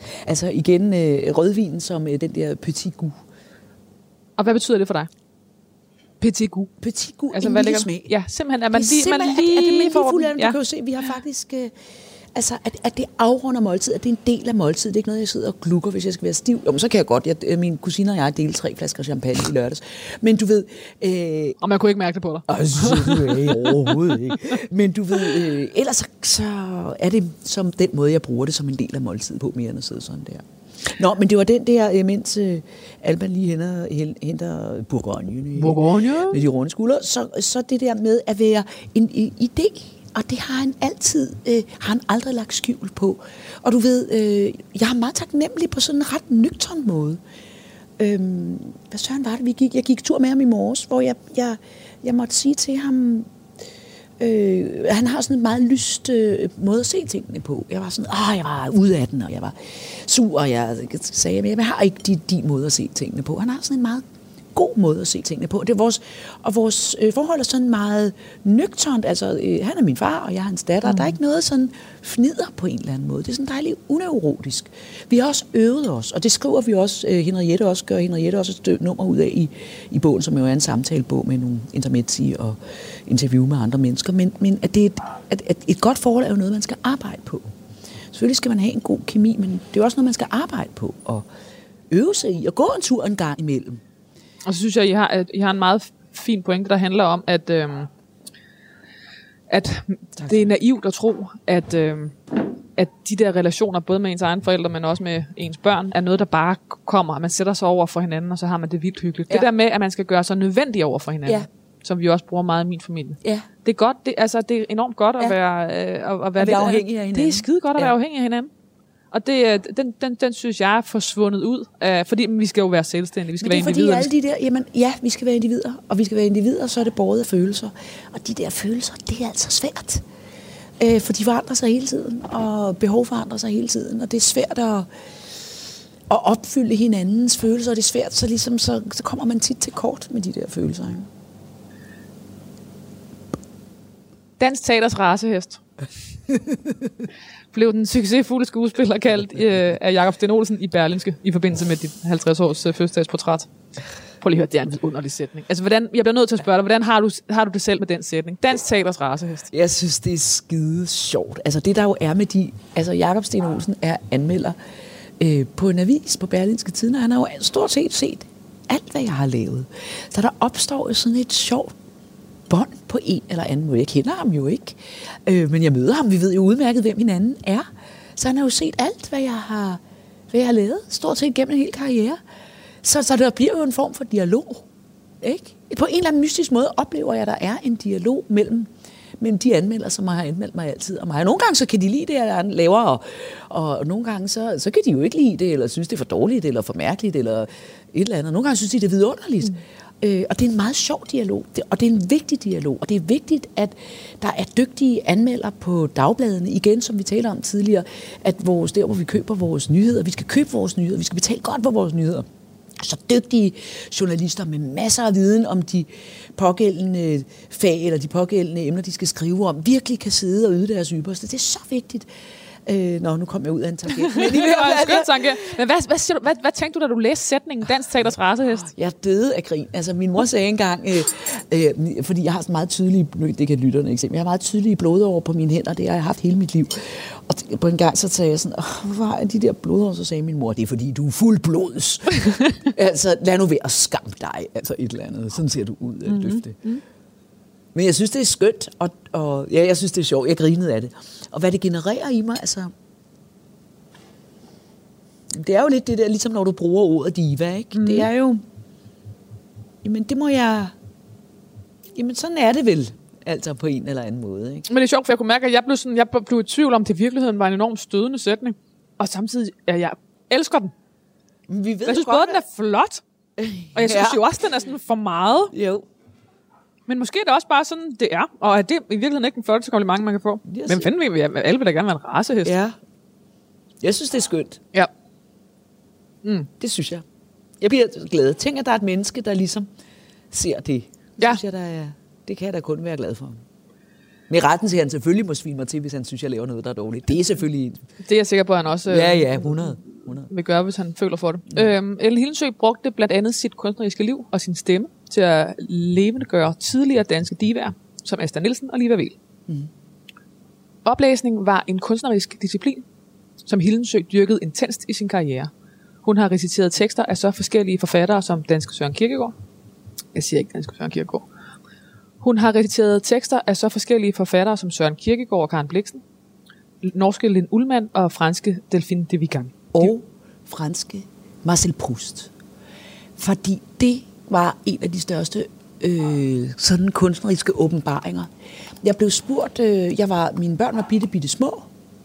Altså igen, øh, rødvinen som øh, den der petit goût. Og hvad betyder det for dig? Petit goût. Petit goût, altså, en hvad lille ligger, smag. Ja, simpelthen. Er man det er lige, simpelthen, man lige, at, at det man lige får fuldt af, den. du kan jo se, vi har faktisk... Øh, altså, at, at det afrunder måltid, at det er en del af måltid. Det er ikke noget, jeg sidder og glukker, hvis jeg skal være stiv. Jo, men så kan jeg godt. Jeg, min kusine og jeg delte tre flasker champagne i lørdags. Men du ved... Øh, og man kunne ikke mærke det på dig. Altså, overhovedet ikke. Men du ved, øh, ellers så, så er det som den måde, jeg bruger det som en del af måltid på, mere end at sidde sådan der. Nå, men det var den der, mens øh, Alban lige henter, henter Bourgogne, Bourgogne med de runde skuldre, så, så det der med at være en, en idé, og det har han altid, øh, har han aldrig lagt skjul på. Og du ved, øh, jeg er meget taknemmelig på sådan en ret nøgtern måde. Øhm, hvad søren var det, vi gik? Jeg gik tur med ham i morges, hvor jeg, jeg, jeg måtte sige til ham, øh, han har sådan en meget lyst øh, måde at se tingene på. Jeg var sådan, åh, jeg var ude af den, og jeg var sur, og jeg sagde, men jeg har ikke de, de måde at se tingene på. Han har sådan en meget god måde at se tingene på. Det er vores, og vores øh, forhold er sådan meget nøgternt. Altså, øh, han er min far, og jeg er hans datter. Mm. Der er ikke noget sådan fnider på en eller anden måde. Det er sådan dejligt uneurotisk. Vi har også øvet os, og det skriver vi også, øh, Henriette også gør, Henriette også et nummer ud af i, i bogen, som jo er en samtalebog med nogle intermezzi og interview med andre mennesker. Men, men at, det er et, at, at et godt forhold er jo noget, man skal arbejde på. Selvfølgelig skal man have en god kemi, men det er også noget, man skal arbejde på og øve sig i, og gå en tur en gang imellem. Og så synes jeg, at I har, at I har en meget fin pointe, der handler om, at, øhm, at det er naivt at tro, at, øhm, at de der relationer, både med ens egen forældre, men også med ens børn, er noget, der bare kommer, at man sætter sig over for hinanden, og så har man det vildt hyggeligt. Ja. Det der med, at man skal gøre sig nødvendig over for hinanden, ja. Som vi også bruger meget i min familie. Ja. Det er godt, det, altså, det er enormt godt at ja. være, øh, at være at lidt afhængig af hinanden. Det er skide godt at ja. være afhængig af hinanden. Og det, den, den, den synes jeg er forsvundet ud, øh, fordi vi skal jo være selvstændige, vi skal være individer. Men det er fordi alle de der, jamen ja, vi skal være individer, og vi skal være individer, så er det båret af følelser. Og de der følelser, det er altså svært. Øh, for de forandrer sig hele tiden, og behov forandrer sig hele tiden, og det er svært at, at opfylde hinandens følelser, og det er svært, så, ligesom, så, så kommer man tit til kort med de der følelser. Ikke? Dansk Teaters racehest. Blev den succesfulde skuespiller kaldt øh, af Jakob Sten Olsen i Berlingske i forbindelse med dit halvtreds års øh, fødselsdagsportræt. Prøv lige at høre, det er en vidunderlig sætning. Altså, hvordan, jeg bliver nødt til at spørge dig, hvordan har du, har du det selv med den sætning? Dansk Teaters racehest. Jeg synes, det er skide sjovt. Altså, det der jo er med de... Altså, Jakob Sten Olsen er anmelder øh, på en avis på Berlingske Tidende. Han har jo stort set set alt, hvad jeg har lavet. Så der opstår jo sådan et sjovt bånd på en eller anden måde. Jeg kender ham jo ikke, øh, men jeg møder ham. Vi ved jo udmærket, hvem hinanden er. Så han har jo set alt, hvad jeg har, hvad jeg har lavet, stort set gennem en hel karriere. Så, så der bliver jo en form for dialog. Ikke? På en eller anden mystisk måde oplever jeg, at der er en dialog mellem, mellem de anmeldere, som har anmeldt mig altid og mig. Nogle gange så kan de lide det, jeg laver, og, og nogle gange så, så kan de jo ikke lide det, eller synes det er for dårligt, eller for mærkeligt, eller et eller andet. Nogle gange synes de, det er vidunderligt. Mm. Øh, og det er en meget sjov dialog, og det er en vigtig dialog, og det er vigtigt, at der er dygtige anmeldere på dagbladene, igen, som vi talte om tidligere, at vores, der, hvor vi køber vores nyheder, vi skal købe vores nyheder, vi skal betale godt for vores nyheder. Så dygtige journalister med masser af viden om de pågældende fag, eller de pågældende emner, de skal skrive om, virkelig kan sidde og yde deres ypperste. Det er så vigtigt. Øh, nå, nu kom jeg ud af en tangent. Men det var en skøn tangent. Men hvad, hvad, hvad, hvad, hvad tænkte du, da du læste sætningen Dansk Teaters racehest? Jeg døde af grin. Altså, min mor sagde engang, øh, øh, fordi jeg har sådan meget tydelige, det kan lytterne ikke se, men jeg har meget tydelige blodår på mine hænder, det har jeg haft hele mit liv. Og på en gang så sagde jeg sådan, hvorfor har jeg de der blodår? Så sagde min mor, det er fordi, du er fuld blods. Altså, lad nu være at skamme dig, altså et eller andet. Sådan ser du ud af et mm-hmm. løfte. Mm. Men jeg synes, det er skønt, og, og ja, jeg synes, det er sjovt. Jeg grinede af det. Og hvad det genererer i mig, altså... Det er jo lidt det der, ligesom når du bruger ordet diva, ikke? Mm. Det er jo... Jamen, det må jeg... Jamen, sådan er det vel, altså på en eller anden måde, ikke? Men det er sjovt, for jeg kunne mærke, at jeg blev, sådan, jeg blev i tvivl om, det i virkeligheden var en enormt stødende sætning. Og samtidig, ja, jeg elsker den. Vi ved jeg synes både, den er flot, og jeg synes ja. jo også, den er sådan for meget. Jo. Men måske er det også bare sådan, det er. Og er det i virkeligheden ikke den flotteste kompliment, man kan få? Yes. Men finder vi, at alle vil da gerne være en racehest. Ja. Jeg synes, det er skønt. Ja. Mm. Det synes jeg. Jeg bliver glad. Tænk, at der er et menneske, der ligesom ser det. Det, ja. synes jeg, der er, det kan jeg da kun være glad for. Med retten til, at han selvfølgelig må svine mig til, hvis han synes, jeg laver noget, der er dårligt. Det er selvfølgelig... Det er jeg sikker på, at han også... Ja, ja, hundrede. hundrede vil gøre, hvis han føler for det. Mm. Øhm, Ellen Hillingsø brugte blandt andet sit kunstneriske liv og sin stemme til at levendegøre tidligere danske divaer, som Asta Nielsen og Liva Weel. Mm. Oplæsning var en kunstnerisk disciplin, som Hillingsø dyrkede intenst i sin karriere. Hun har reciteret tekster af så forskellige forfattere som danske Søren Kierkegaard. Jeg siger ikke danske Søren Kierkegaard. Hun har reciteret tekster af så forskellige forfattere som Søren Kierkegaard og Karen Blixen, norske Linn Ullmann og franske Delphine de Vigan. Og franske Marcel Proust. Fordi det var en af de største øh, sådan kunstneriske åbenbaringer. Jeg blev spurgt, øh, jeg var, mine børn var bitte, bitte små.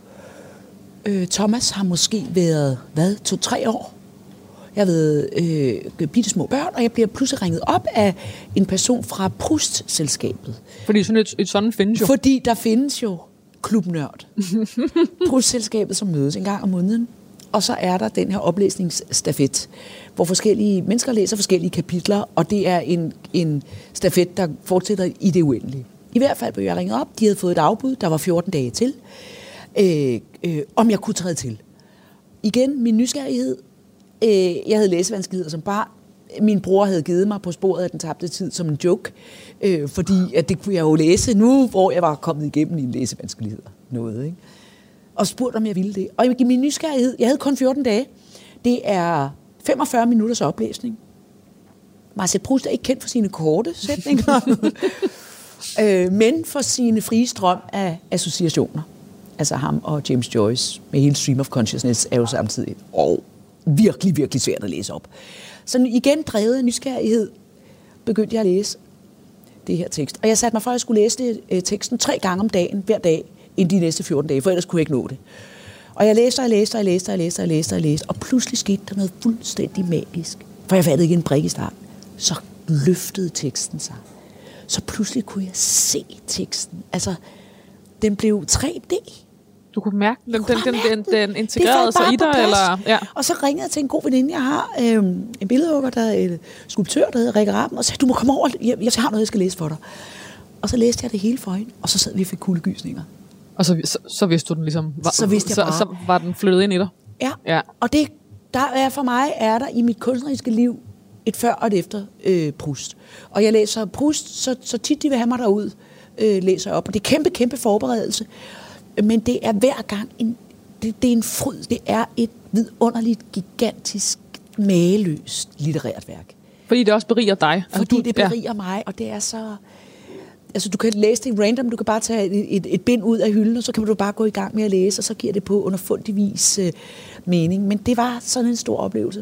Øh, Thomas har måske været, hvad, to-tre år. Jeg har været øh, bitte små børn, og jeg bliver pludselig ringet op af en person fra Proust-selskabet. Fordi sådan et, et sådan findes jo. Fordi der findes jo klubnørd. Proust-selskabet, som mødes en gang om måneden. Og så er der den her oplæsningsstafet, hvor forskellige mennesker læser forskellige kapitler, og det er en, en stafet, der fortsætter i det uendelige. I hvert fald blev jeg ringet op. De havde fået et afbud, der var fjorten dage til, øh, øh, om jeg kunne træde til. Igen, min nysgerrighed. Øh, jeg havde læsevanskeligheder som barn. Min bror havde givet mig På sporet af den tabte tid som en joke, øh, fordi at det kunne jeg jo læse nu, hvor jeg var kommet igennem mine læsevanskeligheder. Noget, ikke? Og spurgte, om jeg ville det. Og i min nysgerrighed, jeg havde kun fjorten dage, det er femogfyrre minutters oplæsning. Marcel Proust er ikke kendt for sine korte sætninger, øh, men for sine frie strøm af associationer. Altså ham og James Joyce med hele Stream of Consciousness er jo samtidig og virkelig, virkelig svært at læse op. Så igen drevet af nysgerrighed, begyndte jeg at læse det her tekst. Og jeg satte mig for, at jeg skulle læse det, øh, teksten tre gange om dagen, hver dag, inden de næste fjorten dage, for ellers kunne jeg ikke nå det. Og jeg læste, og jeg læste, og jeg læste, og jeg læste, og jeg læste, og jeg læste, og pludselig skete der noget fuldstændig magisk. For jeg fattede ikke en brik i starten. Så løftede teksten sig. Så pludselig kunne jeg se teksten. Altså, den blev tre D. Du kunne mærke, den, den, den, den, den integrerede sig i dig? Eller? Ja. Og så ringede jeg til en god veninde, jeg har, øh, en billedhugger, der er en skulptør, der hedder Rikke Rappen, og sagde, du må komme over, jeg, jeg har noget, jeg skal læse for dig. Og så læste jeg det hele for hende, og så sad vi og fik kuldegysninger. Og så, så, så vidste du den ligesom, var, så, vidste jeg så, bare, så var den flyttet ind i dig? Ja, ja. Og det, der er for mig, er der i mit kunstneriske liv et før og et efter øh, Proust. Og jeg læser Proust, så, så tit de vil have mig derud, øh, læser jeg op. Og det er kæmpe, kæmpe forberedelse. Men det er hver gang en, det, det er en fryd. Det er et vidunderligt, gigantisk, mageløst litterært værk. Fordi det også beriger dig. Fordi altså, du, det beriger ja. mig, og det er så... Altså, du kan læse det random, du kan bare tage et, et, et bind ud af hylden, og så kan du bare gå i gang med at læse, og så giver det på underfundigvis øh, mening. Men det var sådan en stor oplevelse.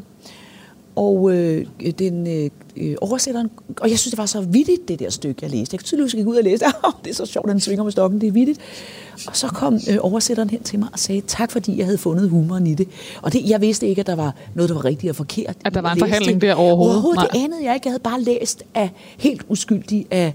Og øh, den øh, oversætteren... Og jeg synes, det var så vittigt, det der stykke, jeg læste. Jeg kunne tydeligvis ikke ud og læse. Det er så sjovt, den svinger med stokken, det er vittigt. Og så kom øh, oversætteren hen til mig og sagde, tak fordi jeg havde fundet humoren i det. Og det, jeg vidste ikke, at der var noget, der var rigtigt og forkert. At der var en forhandling der overhovedet? Overhovedet, det anede jeg ikke. Jeg havde bare læst af helt uskyldig af...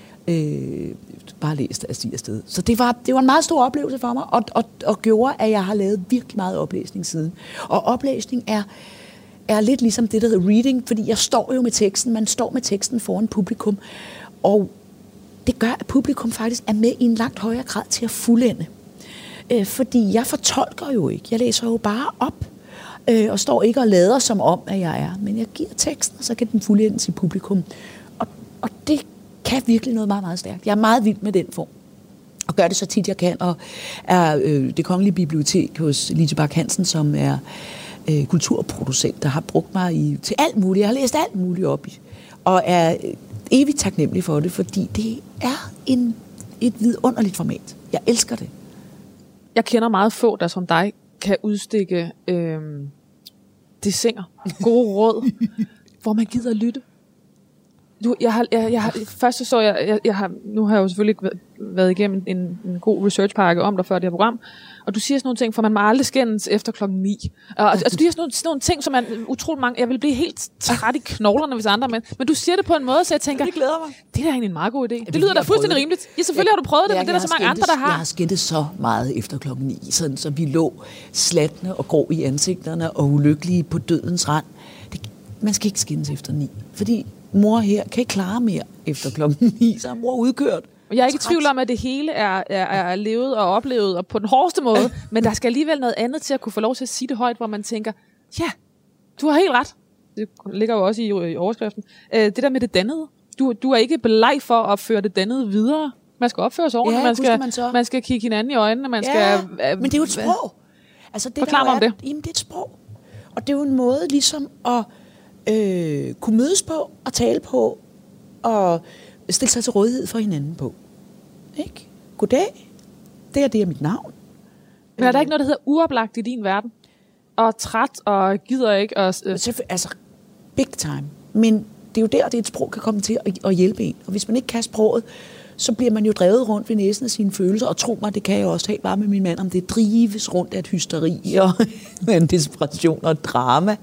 Øh, bare læst af Stig Afsted. Så det var, det var en meget stor oplevelse for mig, og, og, og gjorde, at jeg har lavet virkelig meget oplæsning siden. Og oplæsning er, er lidt ligesom det, der hedder reading, fordi jeg står jo med teksten, man står med teksten foran publikum, og det gør, at publikum faktisk er med i en langt højere grad til at fuldende. Øh, fordi jeg fortolker jo ikke, jeg læser jo bare op, øh, og står ikke og lader som om, at jeg er, men jeg giver teksten, og så kan den fuldende til publikum. Og, og det kan virkelig noget meget, meget stærkt. Jeg er meget vild med den form. Og gør det så tit, jeg kan. Og er øh, det Kongelige Bibliotek hos Lise Bak Hansen, som er øh, kulturproducent, der har brugt mig i, til alt muligt. Jeg har læst alt muligt op i. Og er øh, evigt taknemmelig for det, fordi det er en, et vidunderligt format. Jeg elsker det. Jeg kender meget få, der som dig kan udstikke øh, dessinger, gode råd, hvor man gider lytte. Du, jeg har, jeg, jeg har, først så jeg, jeg, jeg har, nu har jeg jo selvfølgelig været igennem en, en god researchpakke om dig før det her program, og du siger sådan nogle ting, for man må aldrig skændes efter klokken ni. Og, altså, du siger sådan nogle, sådan nogle ting, som er utroligt mange, jeg vil blive helt træt i knoglerne, hvis andre, men, men du siger det på en måde, så jeg tænker, det glæder mig. Det er da egentlig en meget god idé. Det, det lyder da fuldstændig rimeligt. Ja, selvfølgelig har du prøvet det, men det er der så mange andre, der har. Jeg har skændes så meget efter klokken ni, sådan, så vi lå slatne og grå i ansigterne og ulykkelige på dødens rand. Det, man skal ikke skændes efter ni, fordi mor her kan ikke klare mere efter klokken ni, så er mor udkørt. Jeg er ikke i tvivl om, at det hele er, er, er levet og oplevet og på den hårdeste måde, men der skal alligevel noget andet til at kunne få lov til at sige det højt, hvor man tænker, ja, du har helt ret. Det ligger jo også i, i overskriften. Øh, det der med det dannede. Du, du er ikke beleg for at føre det dannede videre. Man skal opføre sig ordentligt, Ja, man, skal, man, så. man skal kigge hinanden i øjnene, man Ja, skal... Øh, men det er jo et sprog. Altså, det, Forklar mig om er, det. Jamen, det er et sprog. Og det er jo en måde ligesom at øh, kunne mødes på, og tale på, og stille sig til rådighed for hinanden på. Ikke? Goddag. Det er det er mit navn. Men er der ikke noget, der hedder uoplagt i din verden? Og træt og gider ikke? Og, øh. Altså, big time. Men det er jo der, det et sprog kan komme til at, at hjælpe en. Og hvis man ikke kan sproget, så bliver man jo drevet rundt ved næsen af sine følelser. Og tro mig, det kan jeg også have bare med min mand, om det drives rundt af et hysteri og en desperation og et drama.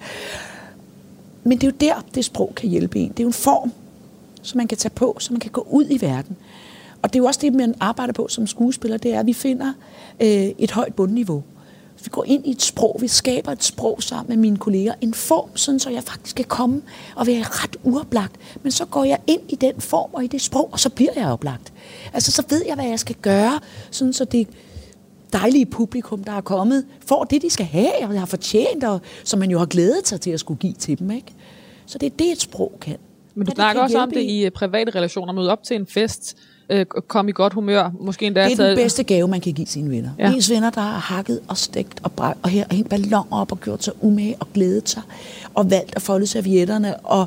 Men det er jo der, det sprog kan hjælpe en. Det er jo en form, som man kan tage på, så man kan gå ud i verden. Og det er jo også det, man arbejder på som skuespiller, det er, at vi finder øh, et højt bundniveau. Vi går ind i et sprog, vi skaber et sprog sammen med mine kolleger, en form, sådan så jeg faktisk kan komme og være ret uoplagt. Men så går jeg ind i den form og i det sprog, og så bliver jeg oplagt. Altså, så ved jeg, hvad jeg skal gøre, sådan så det dejlige publikum, der er kommet, får det, de skal have, og jeg har fortjent, og som man jo har glædet sig til at skulle give til dem, ikke? Så det er det, et sprog kan. Men du snakker også om det i, i private relationer, møde op til en fest, øh, komme i godt humør, måske endda... Det er taget... den bedste gave, man kan give sine venner. Ja. Ens venner, der har hakket og stegt og bragt, og her har hængt balloner op og gjort sig umage og glædet sig, og valgt at folde servietterne og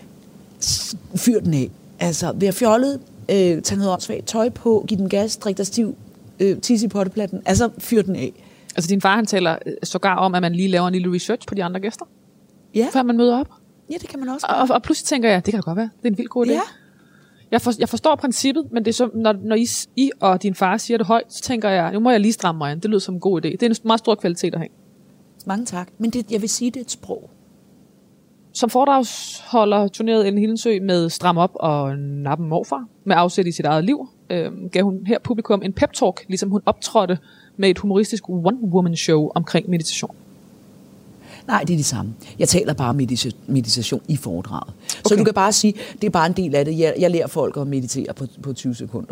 fyre den af. Altså, ved at fjollet, øh, tage noget åndssvagt tøj på, give den gas, drikke dig stiv, øh, tisse i potteplatten, altså fyre den af. Altså, din far, han taler sågar om, at man lige laver en lille research på de andre gæster, ja. før man møder op. Ja, det kan man også og, og pludselig tænker jeg, det kan da godt være, det er en vild god idé. Ja. Jeg, for, jeg forstår princippet, men det er så, når, når I, I og din far siger det højt, så tænker jeg, nu må jeg lige stramme mig ind. Det lyder som en god idé. Det er en meget stor kvalitet at have. Mange tak. Men det, jeg vil sige, det er et sprog. Som foredragsholder turnerede Ellen Hillingsø med Stram op og Nappen morfar, med afsæt i sit eget liv. Øhm, gav hun her publikum en pep-talk, ligesom hun optrådte med et humoristisk one-woman-show omkring meditation. Nej, det er det samme. Jeg taler bare medita- meditation i foredraget. Okay. Så du kan bare sige, det er bare en del af det. Jeg, jeg lærer folk at meditere på, på tyve sekunder.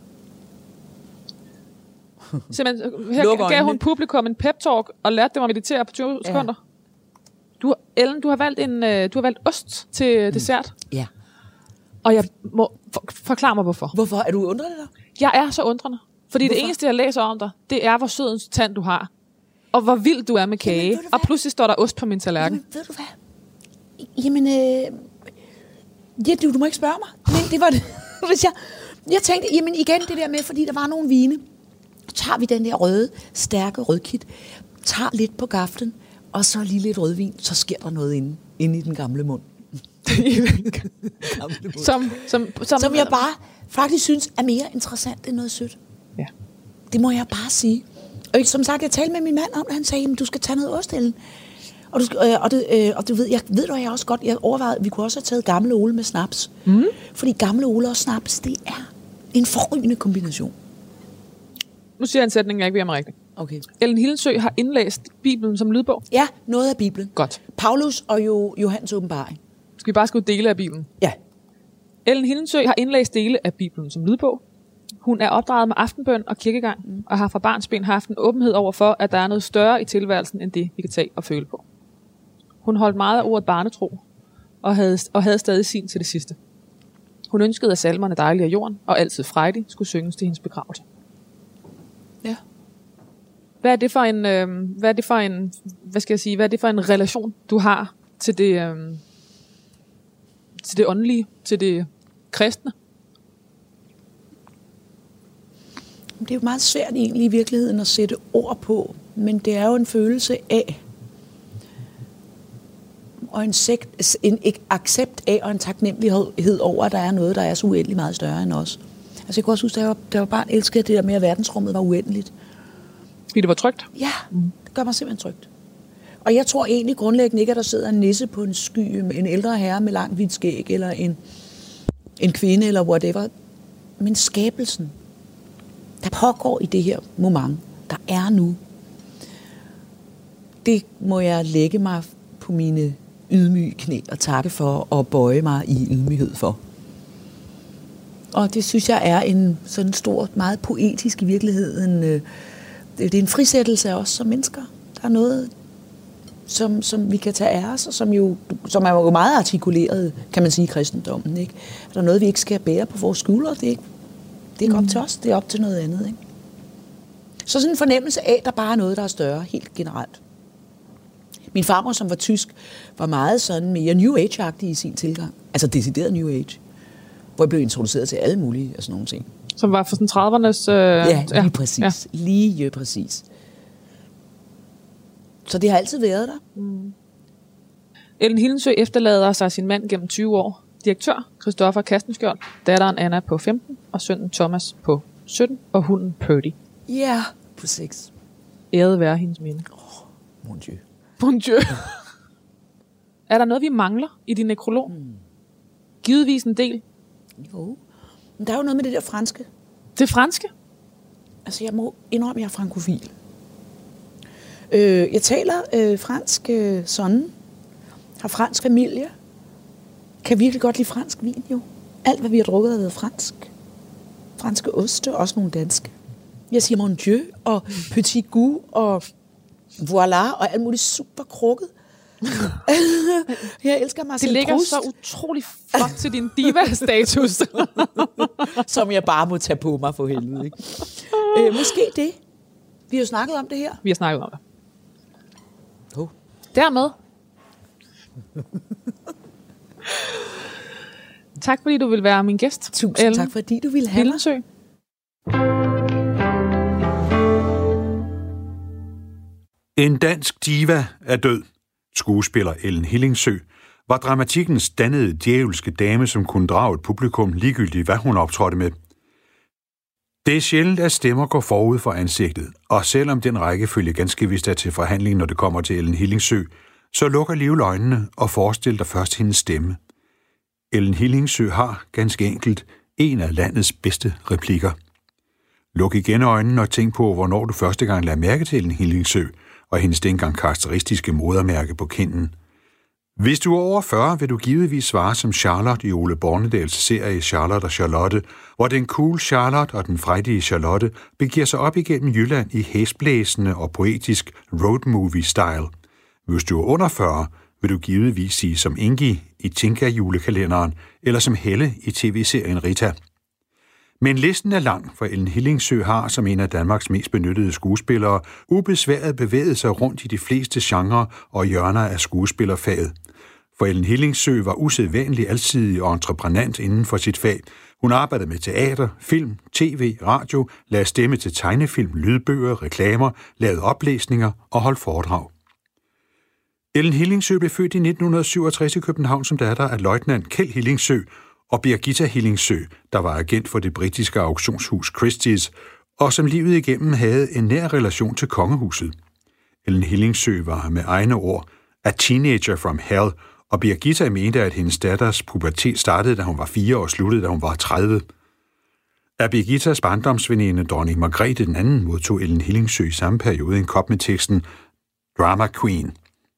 Simpelthen, her gav hun publikum en pep-talk og lærte dem at meditere på tyve ja. sekunder. Du, Ellen, du har valgt en, du har valgt ost til mm. dessert. Ja. Og jeg må for, forklare mig hvorfor. Hvorfor? Er du undrende der? Jeg er så undrende. Fordi hvorfor? Det eneste, jeg læser om dig, det er, hvor sød en tand du har. Og hvor vild du er med kage. Jamen, og pludselig står der ost på min tallerken. Jamen, ved du hvad? Jamen, øh... ja, du, du må ikke spørge mig. Men det var det. Hvis jeg, jeg tænkte, jamen igen det der med, fordi der var nogle vine. Så tager vi den der røde, stærke rødkit. Tager lidt på gaflen. Og så lige lidt rødvin. Så sker der noget inde, inde i den gamle mund. gamle mund. Som, som, som, som jeg bare faktisk synes er mere interessant end noget sødt. Ja. Det må jeg bare sige. Og som sagt, jeg talte med min mand om det, han sagde, du skal tage noget ost, Ellen. Og du, øh, og, det, øh, og du ved, jeg ved du, jeg også godt, jeg overvejede, vi kunne også have taget gamle Ole med snaps. Mm. Fordi gamle Ole og snaps, det er en forrygende kombination. Nu siger jeg en sætning, jeg ikke ved mig rigtigt. Okay. Ellen Hillingsø har indlæst Bibelen som lydbog? Ja, noget af Bibelen. Godt. Paulus og jo, Johannes åbenbaring. Skal vi bare skrive dele af Bibelen? Ja. Ellen Hillingsø har indlæst dele af Bibelen som lydbog. Hun er opdraget med aftenbøn og kirkegang, mm. og har fra barnsben haft en åbenhed over for, at der er noget større i tilværelsen, end det, vi kan tage og føle på. Hun holdt meget af ordet barnetro, og havde, og havde stadig sin til det sidste. Hun ønskede, at salmerne dejlige af jorden, og altid frejdig, skulle synges til hendes begravelse. Ja. Hvad er det for en, øh, hvad er det for en, hvad skal jeg sige, hvad er det for en relation, du har til det, øh, til det åndelige, til det kristne? Det er jo meget svært egentlig i virkeligheden at sætte ord på, men det er jo en følelse af, og en, sekt, en accept af, og en taknemmelighed over, at der er noget, der er så uendelig meget større end os. Altså jeg kan også huske, at jeg var, da jeg var barn, elskede det der med, at verdensrummet var uendeligt. Fordi det var trygt? Ja, det gør mig simpelthen trygt. Og jeg tror egentlig grundlæggende ikke, at der sidder en nisse på en sky, en ældre herre med langt hvidt skæg, eller en, en kvinde, eller whatever. Men skabelsen, der pågår i det her moment, der er nu, det må jeg lægge mig på mine ydmyge knæ og takke for, og bøje mig i ydmyghed for. Og det synes jeg er en sådan stor, meget poetisk i virkeligheden. Øh, det er en frisættelse af os som mennesker. Der er noget, som, som vi kan tage af os, og som, jo, som er jo meget artikuleret, kan man sige, i kristendommen. Ikke? Der er noget, vi ikke skal bære på vores skuldre. Det er ikke, det er ikke mm. op til os, det er op til noget andet. Ikke? Så sådan en fornemmelse af, at der bare er noget, der er større, helt generelt. Min farmor, som var tysk, var meget sådan mere New Age-agtig i sin tilgang. Altså decideret New Age. Hvor jeg blev introduceret til alle mulige af sådan nogle ting. Som var for sådan tredivernes... Øh, ja, lige præcis. Ja. Lige præcis. Så det har altid været der. Mm. Ellen Hillingsø efterlader sig sin mand gennem tyve år. Direktør Christoffer Kastenskjold, datteren Anna på femten, og sønnen Thomas på sytten, og hunden Purdy. Ja, yeah, på seks. Æret være hendes minde. Oh, mon dieu. Mon dieu. Er der noget, vi mangler i din nekrolog? Mm. Givetvis en del. Jo, men der er jo noget med det der franske. Det franske? Altså, jeg må indrømme, at jeg er frankofil. Øh, jeg taler øh, fransk øh, sådan. Har fransk familie. Kan virkelig godt lide fransk vin, jo. Alt, hvad vi har drukket, har været fransk. Franske oste, også nogle danske. Jeg siger mon dieu, og petit goût, og voilà, og alt muligt super krukket. Jeg elsker Marcel Det ligger Proust. så utrolig flot til din diva-status. Som jeg bare må tage på mig for helvede. Ikke? Øh, måske det. Vi har jo snakket om det her. Vi har snakket om det. Oh. Dermed. Tak fordi du vil være min gæst. Tusind Ellen. Tak fordi du ville have Hillingsø. En dansk diva er død. Skuespiller Ellen Hillingsø var dramatikkens dannede djævelske dame, som kunne drage et publikum ligegyldigt, hvad hun optrådte med. Det er sjældent, at stemmer går forud for ansigtet, og selvom den rækkefølge ganske vist er til forhandling, når det kommer til Ellen Hillingsø, så lukker alligevel øjnene og forestil dig først hendes stemme. Ellen Hillingsø har, ganske enkelt, en af landets bedste replikker. Luk igen øjnene og tænk på, hvornår du første gang lader mærke til Ellen Hillingsø, og hendes dengang karakteristiske modermærke på kinden. Hvis du er over fyrre, vil du givetvis svare som Charlotte i Ole Bornedals serie Charlotte og Charlotte, hvor den cool Charlotte og den frejdige Charlotte begiver sig op igennem Jylland i hæsblæsende og poetisk road movie-style. Hvis du er under fyrre, vil du givetvis sige som Ingi i Tinka-julekalenderen, eller som Helle i tv-serien Rita. Men listen er lang, for Ellen Hillingsø har, som en af Danmarks mest benyttede skuespillere, ubesværet bevæget sig rundt i de fleste genrer og hjørner af skuespillerfaget. For Ellen Hillingsø var usædvanlig alsidig og entreprenant inden for sit fag. Hun arbejdede med teater, film, tv, radio, lavede stemme til tegnefilm, lydbøger, reklamer, lavede oplæsninger og holdt foredrag. Ellen Hillingsø blev født i nitten syvogtres i København som datter af løjtnant Kjeld Hillingsø og Birgitta Hillingsø, der var agent for det britiske auktionshus Christie's, og som livet igennem havde en nær relation til kongehuset. Ellen Hillingsø var med egne ord a teenager from hell, og Birgitta mente, at hendes datters pubertet startede, da hun var fire og sluttede, da hun var tredive. Af Birgittas barndomsveninde, dronning Margrethe den anden, modtog Ellen Hillingsø i samme periode en kop med teksten Drama Queen.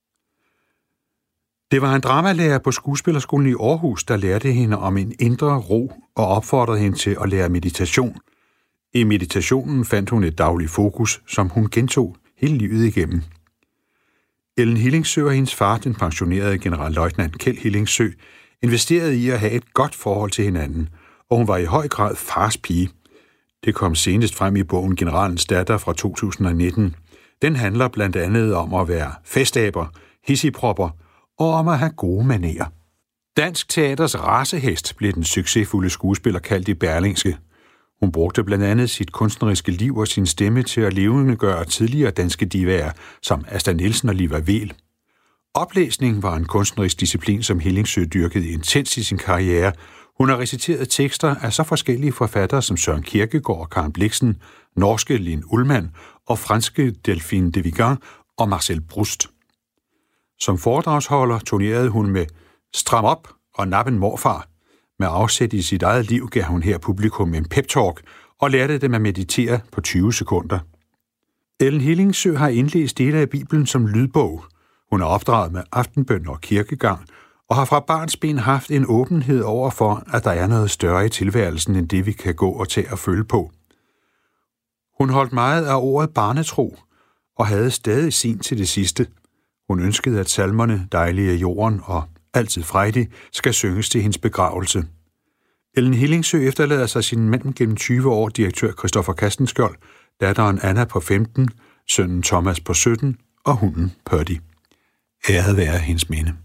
Det var en dramalærer på skuespillerskolen i Aarhus, der lærte hende om en indre ro og opfordrede hende til at lære meditation. I meditationen fandt hun et dagligt fokus, som hun gentog hele livet igennem. Ellen Hillingsø og hendes far, den pensionerede generalløjtnant Kjeld Hillingsø, investerede i at have et godt forhold til hinanden, og hun var i høj grad fars pige. Det kom senest frem i bogen Generalens datter fra to tusind og nitten. Den handler blandt andet om at være festaber, hidsigpropper og om at have gode manerer. Dansk teaters racehest blev den succesfulde skuespiller kaldt i Berlingske. Hun brugte blandt andet sit kunstneriske liv og sin stemme til at levendegøre tidligere danske divaer, som Asta Nielsen og Liva Weel. Oplæsning var en kunstnerisk disciplin, som Hillingsø dyrkede intens i sin karriere. Hun har reciteret tekster af så forskellige forfattere som Søren Kierkegaard og Karen Blixen, norske Linn Ullmann og franske Delphine de Vigan og Marcel Proust. Som foredragsholder turnerede hun med Stram op og Nappen morfar. Med afsæt i sit eget liv gav hun her publikum en pep-talk og lærte dem at meditere på tyve sekunder. Ellen Hillingsø har indlæst dele af Bibelen som lydbog. Hun er opdraget med aftenbøn og kirkegang, og har fra barnsben haft en åbenhed over for, at der er noget større i tilværelsen, end det vi kan gå og tage og føle på. Hun holdt meget af ordet barnetro, og havde stadig sin til det sidste. Hun ønskede, at salmerne, dejlige af jorden og altid frejdig, skal synges til hendes begravelse. Ellen Hillingsø efterlader sig sin mand gennem tyve år, direktør Christoffer Kastenskjold, datteren Anna på femten, sønnen Thomas på sytten og hunden Purdy. Æret være hendes minde.